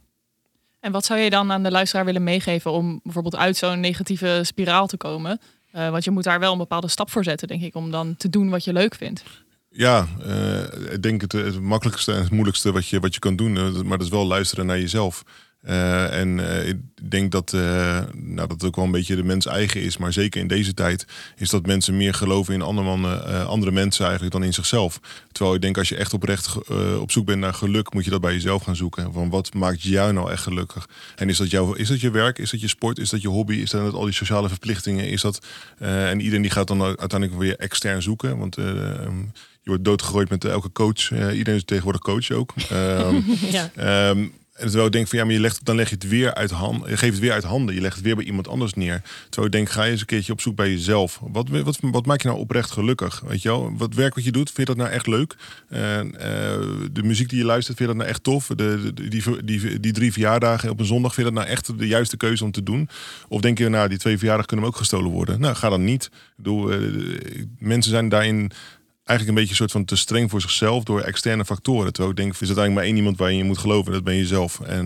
En wat zou je dan aan de luisteraar willen meegeven om bijvoorbeeld uit zo'n negatieve spiraal te komen? Uh, want je moet daar wel een bepaalde stap voor zetten, denk ik, om dan te doen wat je leuk vindt. Ja, uh, ik denk het, het makkelijkste en het moeilijkste wat je, wat je kan doen, maar dat is wel luisteren naar jezelf. Uh, en uh, ik denk dat, uh, nou, dat het ook wel een beetje de mens eigen is. Maar zeker in deze tijd is dat mensen meer geloven in andere, mannen, uh, andere mensen eigenlijk dan in zichzelf. Terwijl ik denk als je echt oprecht uh, op zoek bent naar geluk, moet je dat bij jezelf gaan zoeken. Van wat maakt jou nou echt gelukkig? En is dat, jouw, is dat je werk? Is dat je sport? Is dat je hobby? Is dat al die sociale verplichtingen? Is dat, uh, en iedereen die gaat dan uiteindelijk weer extern zoeken. Want uh, um, je wordt doodgegooid met elke coach. Uh, iedereen is tegenwoordig coach ook. Um, ja. um, En terwijl ik denk van ja, maar je legt, dan leg je het weer uit handen. Je geeft het weer uit handen. Je legt het weer bij iemand anders neer. Terwijl ik denk, ga je eens een keertje op zoek bij jezelf. Wat, wat, wat maakt je nou oprecht gelukkig? Weet je wel? Wat werk wat je doet, vind je dat nou echt leuk? Uh, uh, de muziek die je luistert, vind je dat nou echt tof? De, de, die, die, die drie verjaardagen op een zondag, vind je dat nou echt de juiste keuze om te doen? Of denk je, nou, die twee verjaardagen kunnen ook gestolen worden? Nou, ga dan niet. Ik bedoel, uh, mensen zijn daarin eigenlijk een beetje een soort van te streng voor zichzelf door externe factoren. Terwijl ik denk, er is uiteindelijk maar één iemand waarin je moet geloven. Dat ben je zelf. En,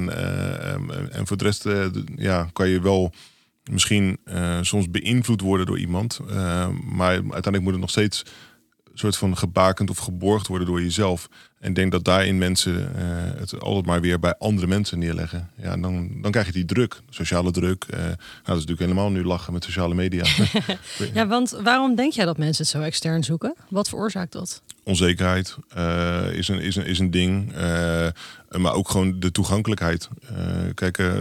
uh, en voor de rest uh, ja, kan je wel misschien uh, soms beïnvloed worden door iemand. Uh, maar uiteindelijk moet het nog steeds een soort van gebakend of geborgd worden door jezelf. En ik denk dat daarin mensen uh, het altijd maar weer bij andere mensen neerleggen. Ja, dan, dan krijg je die druk, sociale druk. Uh, nou, dat is natuurlijk helemaal nu lachen met sociale media. Ja, want waarom denk jij dat mensen het zo extern zoeken? Wat veroorzaakt dat? Onzekerheid uh, is, een, is, een, is een ding. Uh, maar ook gewoon de toegankelijkheid. Uh, kijk, uh,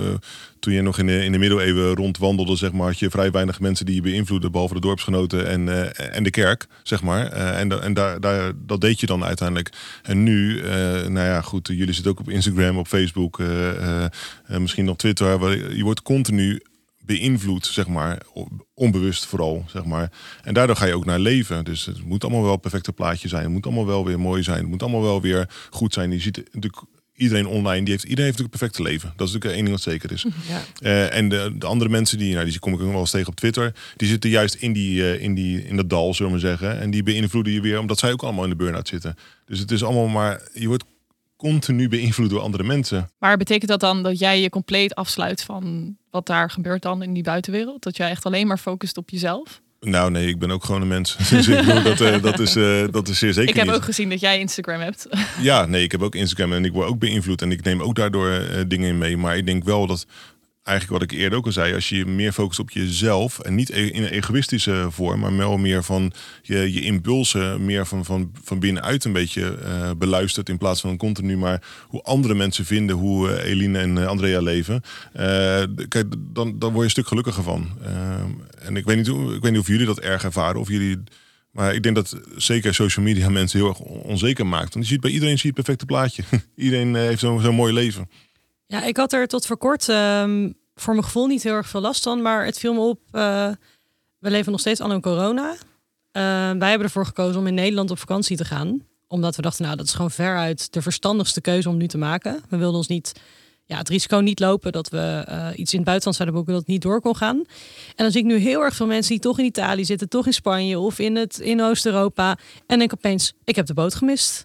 toen je nog in de, in de middeleeuwen rondwandelde, zeg maar, had je vrij weinig mensen die je beïnvloeden, behalve de dorpsgenoten en, uh, en de kerk, zeg maar. Uh, en en daar, daar, dat deed je dan uiteindelijk. En nu, uh, nou ja, goed, jullie zitten ook op Instagram, op Facebook, uh, uh, uh, misschien nog Twitter. Waar je wordt continu beïnvloed, zeg maar, onbewust vooral, zeg maar. En daardoor ga je ook naar leven. Dus het moet allemaal wel perfecte plaatje zijn. Het moet allemaal wel weer mooi zijn. Het moet allemaal wel weer goed zijn. Je ziet natuurlijk iedereen online, die heeft, iedereen heeft natuurlijk een perfecte leven. Dat is natuurlijk één ding wat zeker is. Ja. Uh, en de, de andere mensen, die, nou, die kom ik ook wel eens tegen op Twitter, die zitten juist in, die, uh, in, die, in dat dal, zullen we maar zeggen. En die beïnvloeden je weer, omdat zij ook allemaal in de burn-out zitten. Dus het is allemaal maar, je wordt continu beïnvloed door andere mensen. Maar betekent dat dan dat jij je compleet afsluit van wat daar gebeurt dan in die buitenwereld? Dat jij echt alleen maar focust op jezelf? Nou nee, ik ben ook gewoon een mens. Dus ik bedoel, dat, uh, dat, is, uh, dat is zeer zeker Ik heb niet. ook gezien dat jij Instagram hebt. Ja, nee, ik heb ook Instagram en ik word ook beïnvloed. En ik neem ook daardoor uh, dingen in mee. Maar ik denk wel dat, eigenlijk wat ik eerder ook al zei, als je meer focust op jezelf en niet in een egoïstische vorm, maar wel meer van je, je impulsen meer van, van, van binnenuit een beetje uh, beluistert in plaats van continu maar hoe andere mensen vinden hoe uh, Eline en uh, Andrea leven. Uh, kijk, dan, dan word je een stuk gelukkiger van. Uh, en ik weet, niet hoe, ik weet niet of jullie dat erg ervaren of jullie. Maar ik denk dat zeker social media mensen heel erg onzeker maakt. Want je ziet bij iedereen zie je het perfecte plaatje. Iedereen uh, heeft zo'n zo'n mooi leven. Ja, ik had er tot voor kort um, voor mijn gevoel niet heel erg veel last van. Maar het viel me op, uh, we leven nog steeds anno corona. Uh, wij hebben ervoor gekozen om in Nederland op vakantie te gaan. Omdat we dachten, nou, dat is gewoon veruit de verstandigste keuze om nu te maken. We wilden ons niet, ja, het risico niet lopen dat we uh, iets in het buitenland zouden boeken dat niet door kon gaan. En dan zie ik nu heel erg veel mensen die toch in Italië zitten, toch in Spanje of in, het, in Oost-Europa. En denk opeens, ik heb de boot gemist.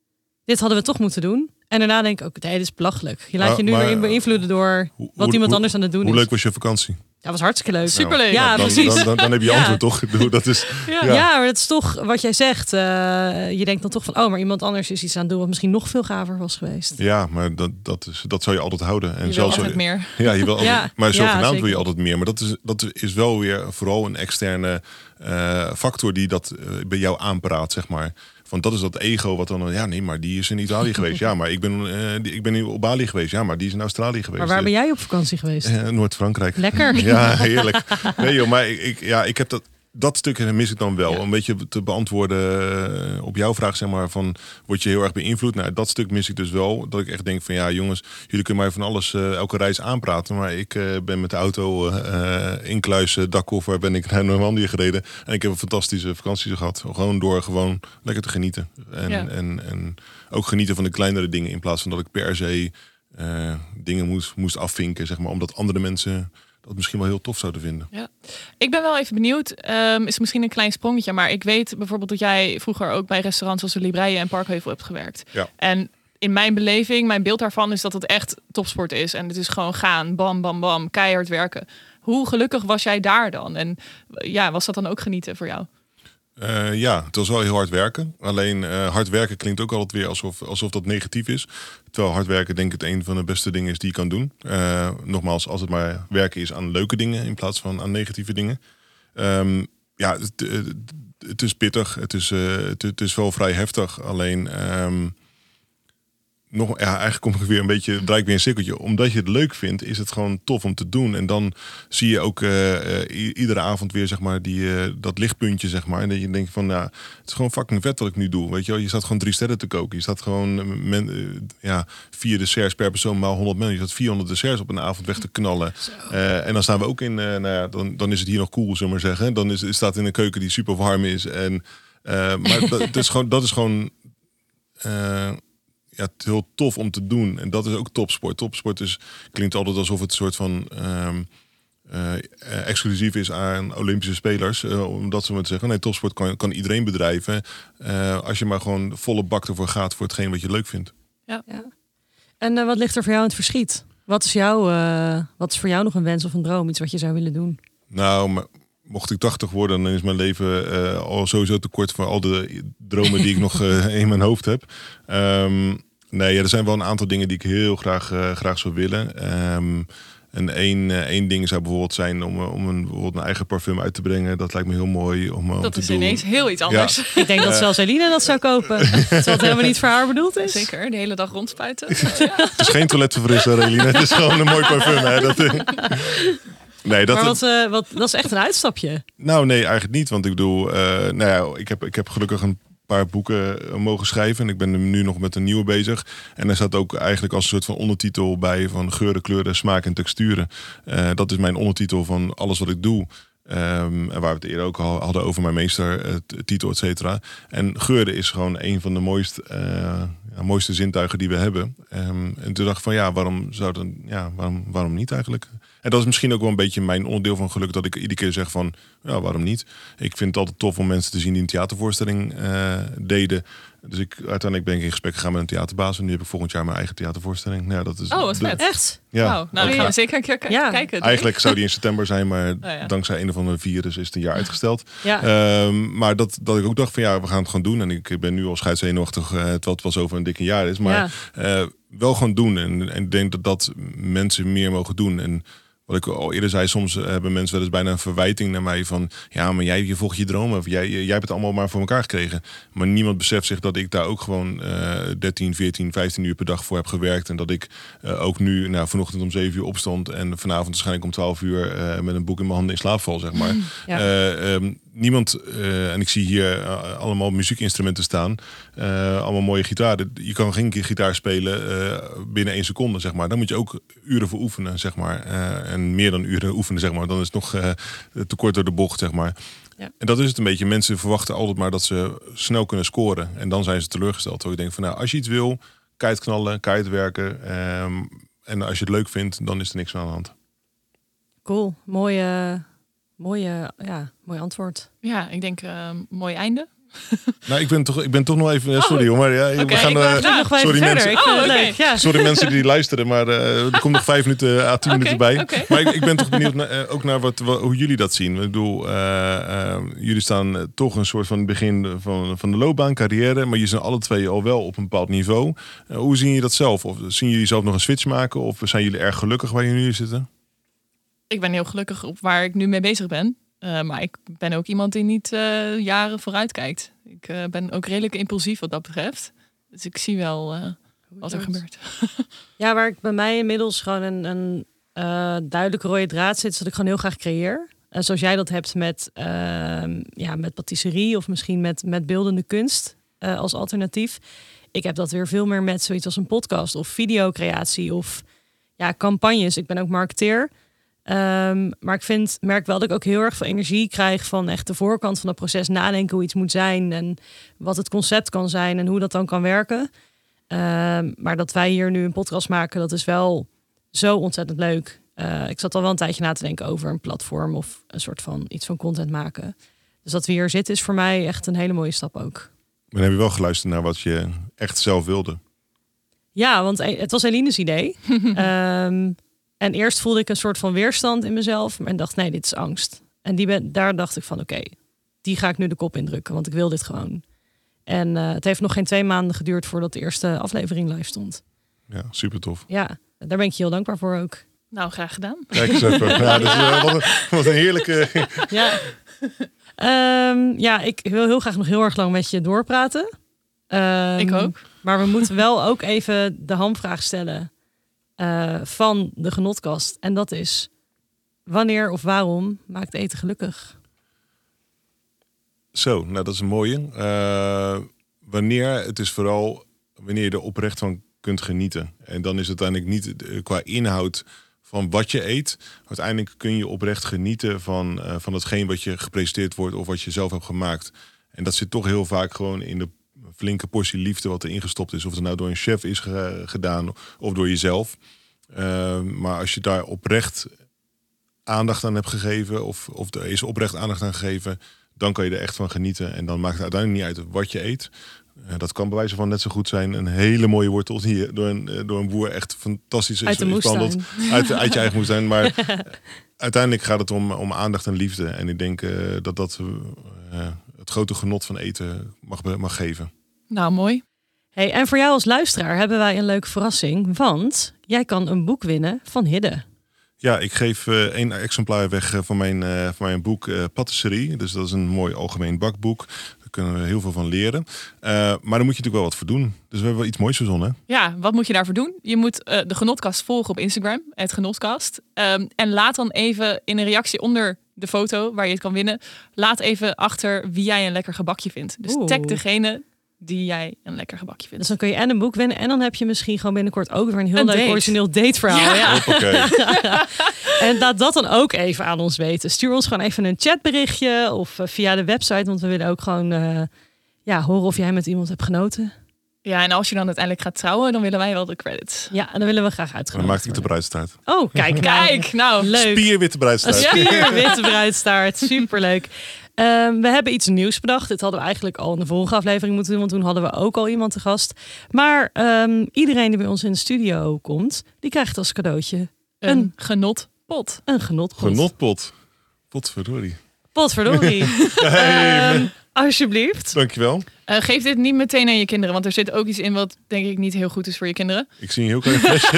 Dit hadden we toch moeten doen. En daarna denk ik ook, nee, dit is belachelijk. Je laat je nu maar, weer beïnvloeden door wat hoe, iemand hoe, anders aan het doen hoe is. Hoe leuk was je vakantie? Dat was hartstikke leuk. Superleuk. Ja, Nou, dan, precies. Dan, dan, dan heb je Ja. antwoord toch? Ik bedoel, dat is, Ja. Ja. ja. maar dat is toch wat jij zegt. Uh, je denkt dan toch van, oh, maar iemand anders is iets aan het doen wat misschien nog veel gaver was geweest. Ja, maar dat, dat, is, dat zou je altijd houden. En Je wil zelfs altijd meer. Ja, je wil altijd, Ja, maar zogenaamd ja, wil je zeker. altijd meer. Maar dat is, dat is wel weer vooral een externe uh, factor die dat uh, bij jou aanpraat, zeg maar. Want dat is dat ego wat dan, ja nee, maar die is in Italië geweest. Ja, maar ik ben, uh, die, ik ben op Bali geweest. Ja, maar die is in Australië geweest. Maar waar ben jij op vakantie geweest? Uh, Noord-Frankrijk. Lekker. Ja, heerlijk. Nee joh, maar ik, ik, ja, ik heb dat... Dat stuk mis ik dan wel. Ja. Een beetje te beantwoorden op jouw vraag, zeg maar, van word je heel erg beïnvloed? Nou, dat stuk mis ik dus wel. Dat ik echt denk van ja, jongens, jullie kunnen mij van alles uh, elke reis aanpraten. Maar ik uh, ben met de auto uh, inkluis uh, dakkoffer ben ik naar Normandië gereden. En ik heb een fantastische vakantie gehad. Gewoon door gewoon lekker te genieten. En, Ja. en, en ook genieten van de kleinere dingen. In plaats van dat ik per se uh, dingen moest, moest afvinken, zeg maar. Omdat andere mensen dat misschien wel heel tof zouden vinden. Ja. Ik ben wel even benieuwd. Um, is misschien een klein sprongetje, maar ik weet bijvoorbeeld dat jij vroeger ook bij restaurants als de Libreie en Parkheuvel hebt gewerkt. Ja. En in mijn beleving, mijn beeld daarvan is dat het echt topsport is. En het is gewoon gaan, bam, bam, bam, keihard werken. Hoe gelukkig was jij daar dan? En ja, was dat dan ook genieten voor jou? Uh, ja, het was wel heel hard werken. Alleen uh, hard werken klinkt ook altijd weer alsof, alsof dat negatief is. Terwijl hard werken denk ik het een van de beste dingen is die je kan doen. Uh, nogmaals, als het maar werken is aan leuke dingen in plaats van aan negatieve dingen. Um, ja, het, het, het is pittig. Het is, uh, het, het is wel vrij heftig. Alleen... Um, Nog, ja, eigenlijk kom ik weer een beetje, draai ik weer een cirkeltje. Omdat je het leuk vindt, is het gewoon tof om te doen. En dan zie je ook uh, uh, iedere avond weer, zeg maar, die, uh, dat lichtpuntje, zeg maar. En dat je denkt van, nou, het is gewoon fucking vet wat ik nu doe. Weet je wel, je staat gewoon drie sterren te koken. Je staat gewoon, men, uh, ja, vier desserts per persoon, maal honderd mensen. Je staat vierhonderd desserts op een avond weg te knallen. Uh, en dan staan we ook in, uh, nou ja, dan, dan is het hier nog cool, zullen we maar zeggen. Dan is, staat in een keuken die super warm is. En, uh, maar dat, het is gewoon, dat is gewoon... Uh, Ja, het is heel tof om te doen. En dat is ook topsport. Topsport is, klinkt altijd alsof het een soort van um, uh, exclusief is aan Olympische spelers. Uh, om dat zo maar te zeggen. Nee, topsport kan, kan iedereen bedrijven. Uh, als je maar gewoon volle bak ervoor gaat voor hetgeen wat je leuk vindt. Ja. Ja. En uh, wat ligt er voor jou in het verschiet? Wat is, jou, uh, wat is voor jou nog een wens of een droom? Iets wat je zou willen doen? Nou, maar mocht ik tachtig worden, dan is mijn leven uh, al sowieso te kort voor al de dromen die ik nog uh, in mijn hoofd heb. Um, nee, ja, er zijn wel een aantal dingen die ik heel graag, uh, graag zou willen. Um, en één, uh, één ding zou bijvoorbeeld zijn om, uh, om een, bijvoorbeeld een eigen parfum uit te brengen. Dat lijkt me heel mooi om, uh, om dat te is doen. ineens heel iets anders. Ja. Ik denk dat zelfs Eline dat zou kopen. Terwijl het helemaal niet voor haar bedoeld is. Zeker, de hele dag rondspuiten. Ja. Het is geen toiletverfrisser, Eline. Het is gewoon een mooi parfum. Hè? Dat, uh, nee, dat, maar wat, uh, wat, dat is echt een uitstapje. Nou, nee, eigenlijk niet. Want ik bedoel, uh, nou ja, ik heb, ik heb gelukkig een paar boeken mogen schrijven. En ik ben nu nog met een nieuwe bezig. En er staat ook eigenlijk als een soort van ondertitel bij van geuren, kleuren, smaak en texturen. Uh, dat is mijn ondertitel van alles wat ik doe. Um, en waar we het eerder ook al hadden over mijn meestertitel, et cetera. En geuren is gewoon een van de mooist, uh, ja, mooiste zintuigen die we hebben. Um, en toen dacht ik van ja, waarom zou dan, ja, waarom, waarom niet eigenlijk? En dat is misschien ook wel een beetje mijn onderdeel van geluk, dat ik iedere keer zeg van, ja, waarom niet? Ik vind het altijd tof om mensen te zien die een theatervoorstelling uh, deden. Dus ik, uiteindelijk ben ik in gesprek gegaan met een theaterbaas. En nu heb ik volgend jaar mijn eigen theatervoorstelling. Nou ja, dat is Oh, wat de, vet. Echt? Ja, Wow, nou, dan gaan we zeker een keer k- Ja. kijken. eigenlijk zou die in september zijn, maar Oh, ja. dankzij een of andere virus is het een jaar uitgesteld. Ja. Um, maar dat, dat ik ook dacht van ja, we gaan het gewoon doen. En ik ben nu al scheidszenuwachtig, uh, terwijl het pas over een dikke jaar is. Maar ja. uh, wel gewoon doen. En, en ik denk dat dat mensen meer mogen doen. En wat ik al eerder zei, soms hebben mensen wel eens bijna een verwijting naar mij van ja, maar jij je volgt je dromen. Of jij, jij hebt het allemaal maar voor elkaar gekregen. Maar niemand beseft zich dat ik daar ook gewoon uh, dertien, veertien, vijftien uur per dag voor heb gewerkt. En dat ik uh, ook nu, nou, vanochtend om zeven uur opstond en vanavond waarschijnlijk om twaalf uur uh, met een boek in mijn handen in slaap val, zeg maar. Ja. Uh, um, niemand, uh, en ik zie hier uh, allemaal muziekinstrumenten staan, uh, allemaal mooie gitaren. Je kan geen gitaar spelen uh, binnen één seconde, zeg maar. Dan moet je ook uren voor oefenen, zeg maar. Uh, en meer dan uren oefenen, zeg maar. Dan is het nog uh, te kort door de bocht, zeg maar. Ja. En dat is het een beetje. Mensen verwachten altijd maar dat ze snel kunnen scoren. En dan zijn ze teleurgesteld. Terwijl ik denk van, nou, als je iets wil, keihard knallen, keihard werken. Um, en als je het leuk vindt, dan is er niks aan de hand. Cool. Mooie, mooie, ja, mooi antwoord. Ja, ik denk uh, mooi einde Nou, ik ben toch, ik ben toch nog even... Sorry hoor, maar ja, Okay, we gaan... ik wou- Uh, nou, nog wel sorry even verder. mensen. Ik vind Oh, het oké. leuk. Ja. Sorry mensen die luisteren, maar uh, er komt nog vijf minuten à tien Oké, minuten bij. oké. Maar ik, ik ben toch benieuwd naar, uh, ook naar wat, wat, hoe jullie dat zien. Ik bedoel, uh, uh, jullie staan uh, toch een soort van het begin van, van de loopbaan, carrière. Maar je zijn alle twee al wel op een bepaald niveau. Uh, hoe zien jullie dat zelf? Of zien jullie zelf nog een switch maken? Of zijn jullie erg gelukkig waar jullie nu zitten? Ik ben heel gelukkig op waar ik nu mee bezig ben. Uh, maar ik ben ook iemand die niet uh, jaren vooruit kijkt. Ik uh, ben ook redelijk impulsief wat dat betreft. Dus ik zie wel uh, wat er gebeurt. Ja, waar ik bij mij inmiddels gewoon een, een uh, duidelijke rode draad zit, is dat ik gewoon heel graag creëer. En zoals jij dat hebt met, uh, ja, met patisserie of misschien met, met beeldende kunst uh, als alternatief. Ik heb dat weer veel meer met zoiets als een podcast of videocreatie of ja, campagnes. Ik ben ook marketeer. Um, maar ik vind, merk wel dat ik ook heel erg veel energie krijg van echt de voorkant van het proces nadenken hoe iets moet zijn en wat het concept kan zijn en hoe dat dan kan werken. Um, maar dat wij hier nu een podcast maken, dat is wel zo ontzettend leuk. Uh, ik zat al wel een tijdje na te denken over een platform of een soort van iets van content maken. Dus dat we hier zitten is voor mij echt een hele mooie stap ook. Maar heb je wel geluisterd naar wat je echt zelf wilde? Ja, want het was Eline's idee. um, En eerst voelde ik een soort van weerstand in mezelf. En dacht, nee, dit is angst. En die ben, daar dacht ik van, oké, okay, die ga ik nu de kop indrukken. Want ik wil dit gewoon. En uh, het heeft nog geen twee maanden geduurd voordat de eerste aflevering live stond. Ja, super tof. Ja, daar ben ik je heel dankbaar voor ook. Nou, graag gedaan. Kijk eens even. Ja, dus, uh, wat, een, wat een heerlijke... Ja. um, ja, ik wil heel graag nog heel erg lang met je doorpraten. Um, ik ook. Maar we moeten wel ook even de hamvraag stellen... Uh, van de genotkast. En dat is, wanneer of waarom maakt eten gelukkig? Zo, nou dat is een mooie. Uh, wanneer, het is vooral wanneer je er oprecht van kunt genieten. En dan is het uiteindelijk niet qua inhoud van wat je eet. Uiteindelijk kun je oprecht genieten van, uh, van hetgeen wat je gepresenteerd wordt of wat je zelf hebt gemaakt. En dat zit toch heel vaak gewoon in de flinke portie liefde wat er ingestopt is. Of het nou door een chef is ge- gedaan of door jezelf. Uh, maar als je daar oprecht aandacht aan hebt gegeven... of, of er is oprecht aandacht aan gegeven... dan kan je er echt van genieten. En dan maakt het uiteindelijk niet uit wat je eet. Uh, dat kan bij wijze van net zo goed zijn. Een hele mooie wortel die door een, uh, door een boer echt fantastisch uit is behandeld. Uit, de, uit je eigen moestuin. Maar uiteindelijk gaat het om, om aandacht en liefde. En ik denk uh, dat dat uh, het grote genot van eten mag, mag geven. Nou, mooi. Hey, en voor jou als luisteraar hebben wij een leuke verrassing. Want jij kan een boek winnen van Hidde. Ja, ik geef uh, één exemplaar weg van mijn, uh, van mijn boek uh, Patisserie. Dus dat is een mooi algemeen bakboek. Daar kunnen we heel veel van leren. Uh, maar daar moet je natuurlijk wel wat voor doen. Dus we hebben wel iets moois verzonnen. Ja, wat moet je daarvoor doen? Je moet uh, de Genotkast volgen op Instagram, het Genotkast. Um, en laat dan even in een reactie onder de foto waar je het kan winnen... laat even achter wie jij een lekker gebakje vindt. Dus Oeh. tag degene die jij een lekker gebakje vindt. Dus dan kun je en een boek winnen... en dan heb je misschien gewoon binnenkort ook weer een heel Een leuk date. origineel dateverhaal. Ja. Ja. En laat dat dan ook even aan ons weten. Stuur ons gewoon even een chatberichtje of uh, via de website. Want we willen ook gewoon uh, ja, horen of jij met iemand hebt genoten. Ja, en als je dan uiteindelijk gaat trouwen, dan willen wij wel de credits. Ja, en dan willen we graag Dan uitgenodigd maak ik de bruidstaart. worden. Oh, kijk. nou. Kijk, nou. Leuk. Spierwitte bruidstaart. Een spierwitte bruidstaart. Superleuk. Um, we hebben iets nieuws bedacht. Dit hadden we eigenlijk al in de vorige aflevering moeten doen. Want toen hadden we ook al iemand te gast. Maar um, iedereen die bij ons in de studio komt... die krijgt als cadeautje Een, een, genotpot. een genotpot. Genotpot. Potverdorie. Potverdorie. Hey, um, alsjeblieft. Dankjewel. Uh, geef dit niet meteen aan je kinderen. Want er zit ook iets in wat denk ik niet heel goed is voor je kinderen. Ik zie een heel klein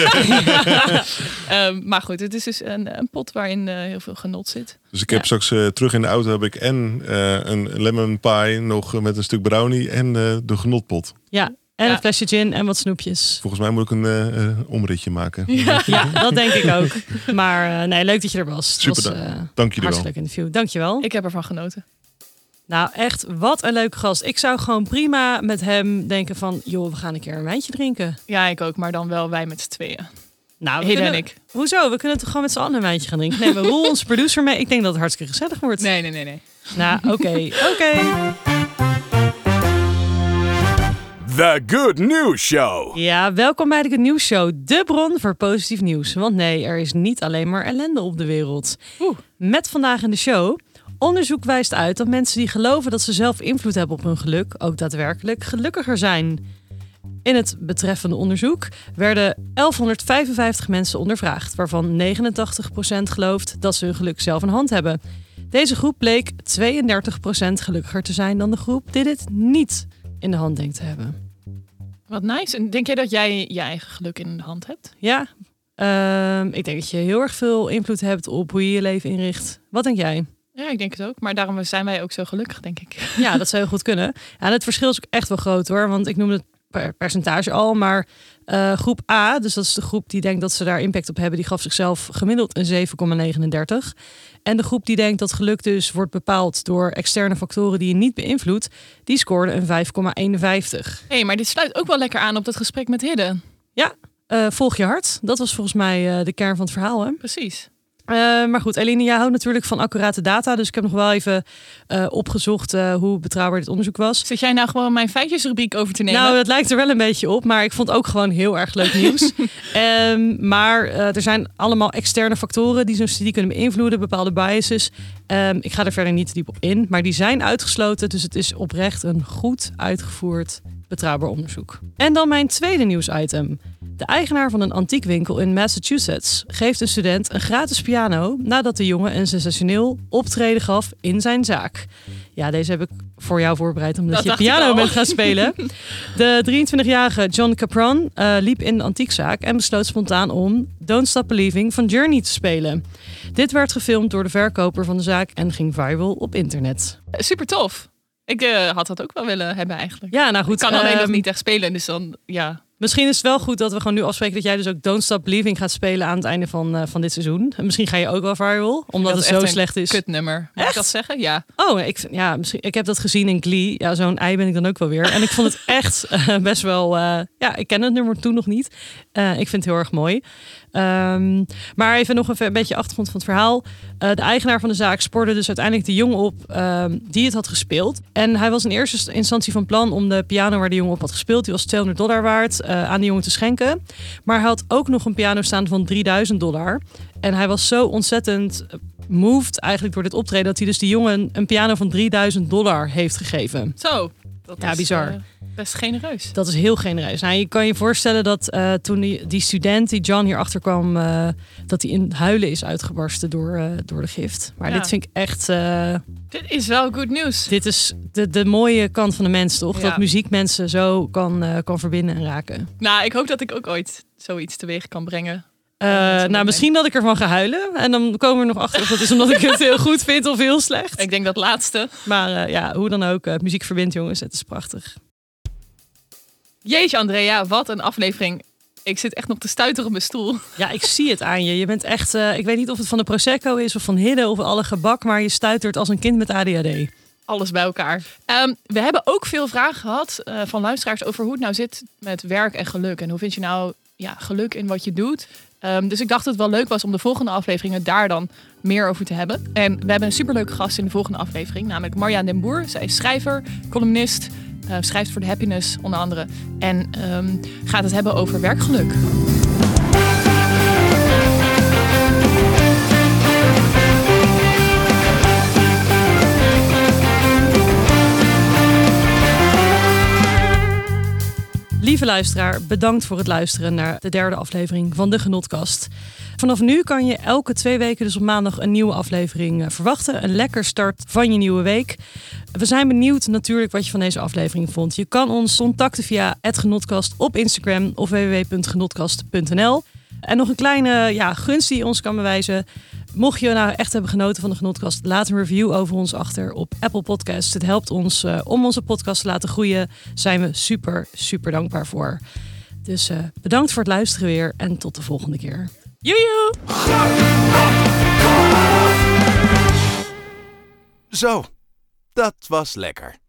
flesje. um, maar goed, het is dus een, een pot waarin uh, heel veel genot zit. Dus ik heb Ja. straks uh, terug in de auto heb ik en uh, een lemon pie nog met een stuk brownie en uh, de genotpot. Ja, en Ja. een flesje gin en wat snoepjes. Volgens mij moet ik een uh, uh, omritje maken. Ja. Ja, dat denk ik ook. Maar uh, nee, leuk dat je er was. Het Super, was, uh, dank jullie wel. hartstikke leuk interview. Dankjewel. Ik heb ervan genoten. Nou, echt, wat een leuke gast. Ik zou gewoon prima met hem denken van... joh, we gaan een keer een wijntje drinken. Ja, ik ook. Maar dan wel wij met z'n tweeën. Nou, we Hidde kunnen- en ik. Hoezo? We kunnen toch gewoon met z'n allen een wijntje gaan drinken? Nee, we Roel, onze producer, mee. Ik denk dat het hartstikke gezellig wordt. Nee, nee, nee, nee. Nou, oké. Oké. The Good News Show. Ja, welkom bij de Good News Show. De bron voor positief nieuws. Want nee, er is niet alleen maar ellende op de wereld. Oeh. Met vandaag in de show... Onderzoek wijst uit dat mensen die geloven dat ze zelf invloed hebben op hun geluk ook daadwerkelijk gelukkiger zijn. In het betreffende onderzoek werden elfhonderdvijfenvijftig mensen ondervraagd, waarvan negenentachtig procent gelooft dat ze hun geluk zelf in hand hebben. Deze groep bleek tweeëndertig procent gelukkiger te zijn dan de groep die dit niet in de hand denkt te hebben. Wat nice. En denk jij dat jij je eigen geluk in de hand hebt? Ja, uh, ik denk dat je heel erg veel invloed hebt op hoe je je leven inricht. Wat denk jij? Ja, ik denk het ook. Maar daarom zijn wij ook zo gelukkig, denk ik. Ja, dat zou heel goed kunnen. Ja, en het verschil is ook echt wel groot hoor. Want ik noemde het per percentage al. Maar uh, groep A, dus dat is de groep die denkt dat ze daar impact op hebben, die gaf zichzelf gemiddeld een zeven komma negenendertig. En de groep die denkt dat geluk dus wordt bepaald door externe factoren die je niet beïnvloedt, die scoorde een vijf komma eenenvijftig. Hé, hey, maar dit sluit ook wel lekker aan op dat gesprek met Hidde. Ja, uh, volg je hart. Dat was volgens mij uh, de kern van het verhaal, hè? Precies. Uh, maar goed, Eline, jij houdt natuurlijk van accurate data. Dus ik heb nog wel even uh, opgezocht uh, hoe betrouwbaar dit onderzoek was. Zit jij nou gewoon mijn feitjesrubriek over te nemen? Nou, dat lijkt er wel een beetje op. Maar ik vond ook gewoon heel erg leuk nieuws. um, maar uh, er zijn allemaal externe factoren die zo'n studie kunnen beïnvloeden. Bepaalde biases. Um, ik ga er verder niet te diep op in. Maar die zijn uitgesloten. Dus het is oprecht een goed uitgevoerd, betrouwbaar onderzoek. En dan mijn tweede nieuwsitem. De eigenaar van een antiekwinkel in Massachusetts geeft een student een gratis piano nadat de jongen een sensationeel optreden gaf in zijn zaak. Ja, deze heb ik voor jou voorbereid omdat dat je piano bent gaan spelen. De drieëntwintigjarige John Capron uh, liep in de antiekzaak en besloot spontaan om Don't Stop Believing van Journey te spelen. Dit werd gefilmd door de verkoper van de zaak en ging viral op internet. Super tof. Ik uh, had dat ook wel willen hebben eigenlijk. Ja, nou goed. Ik kan alleen uh, nog niet echt spelen, dus dan ja. Misschien is het wel goed dat we gewoon nu afspreken dat jij dus ook Don't Stop Believing gaat spelen aan het einde van, uh, van dit seizoen. En misschien ga je ook wel viral, omdat het zo slecht is. Kutnummer. Moet ik dat zeggen? Ja. Oh, ik, ja, misschien, ik heb dat gezien in Glee. Ja, zo'n ei ben ik dan ook wel weer. En ik vond het echt uh, best wel... Uh, ja, ik ken het nummer toen nog niet. Uh, ik vind het heel erg mooi. Um, maar even nog even een beetje achtergrond van het verhaal. Uh, de eigenaar van de zaak spoorde dus uiteindelijk de jongen op um, die het had gespeeld. En hij was in eerste instantie van plan om de piano waar de jongen op had gespeeld, die was tweehonderd dollar waard, uh, aan de jongen te schenken. Maar hij had ook nog een piano staan van drieduizend dollar. En hij was zo ontzettend moved eigenlijk door dit optreden, dat hij dus die jongen een piano van drieduizend dollar heeft gegeven. Zo, dat ja, is bizar. Uh, best genereus. Dat is heel genereus. Nou, je kan je voorstellen dat uh, toen die, die student, die John hierachter kwam, uh, dat hij in huilen is uitgebarsten door, uh, door de gift. Maar ja. Dit vind ik echt... Uh, dit is wel good nieuws. Dit is de, de mooie kant van de mens, toch? Ja. Dat muziek mensen zo kan, uh, kan verbinden en raken. Nou, ik hoop dat ik ook ooit zoiets teweeg kan brengen. Uh, nou, misschien dat ik ervan ga huilen. En dan komen we nog achter of dat is omdat ik het heel goed vind of heel slecht. Ik denk dat laatste. Maar uh, ja, hoe dan ook. Uh, muziek verbindt, jongens. Het is prachtig. Jeetje, Andrea, wat een aflevering. Ik zit echt nog te stuiteren op mijn stoel. Ja, ik zie het aan je. Je bent echt... Uh, ik weet niet of het van de Prosecco is of van Hidde of alle gebak, maar je stuitert als een kind met A D H D. Alles bij elkaar. Um, we hebben ook veel vragen gehad uh, van luisteraars over hoe het nou zit met werk en geluk. En hoe vind je nou ja, geluk in wat je doet? Um, dus ik dacht dat het wel leuk was om de volgende afleveringen daar dan meer over te hebben. En we hebben een superleuke gast in de volgende aflevering, namelijk Marja den Boer. Zij is schrijver, columnist, uh, schrijft voor The Happiness onder andere. En um, gaat het hebben over werkgeluk. Lieve luisteraar, bedankt voor het luisteren naar de derde aflevering van de Genotkast. Vanaf nu kan je elke twee weken, dus op maandag, een nieuwe aflevering verwachten. Een lekker start van je nieuwe week. We zijn benieuwd natuurlijk wat je van deze aflevering vond. Je kan ons contacten via het Genotkast op Instagram of w w w punt genotkast punt n l. En nog een kleine ja, gunst die je ons kan bewijzen. Mocht je nou echt hebben genoten van de Genotkast, laat een review over ons achter op Apple Podcasts. Het helpt ons uh, om onze podcast te laten groeien. Zijn we super, super dankbaar voor. Dus uh, bedankt voor het luisteren weer en tot de volgende keer. Joejoe! Zo, dat was lekker.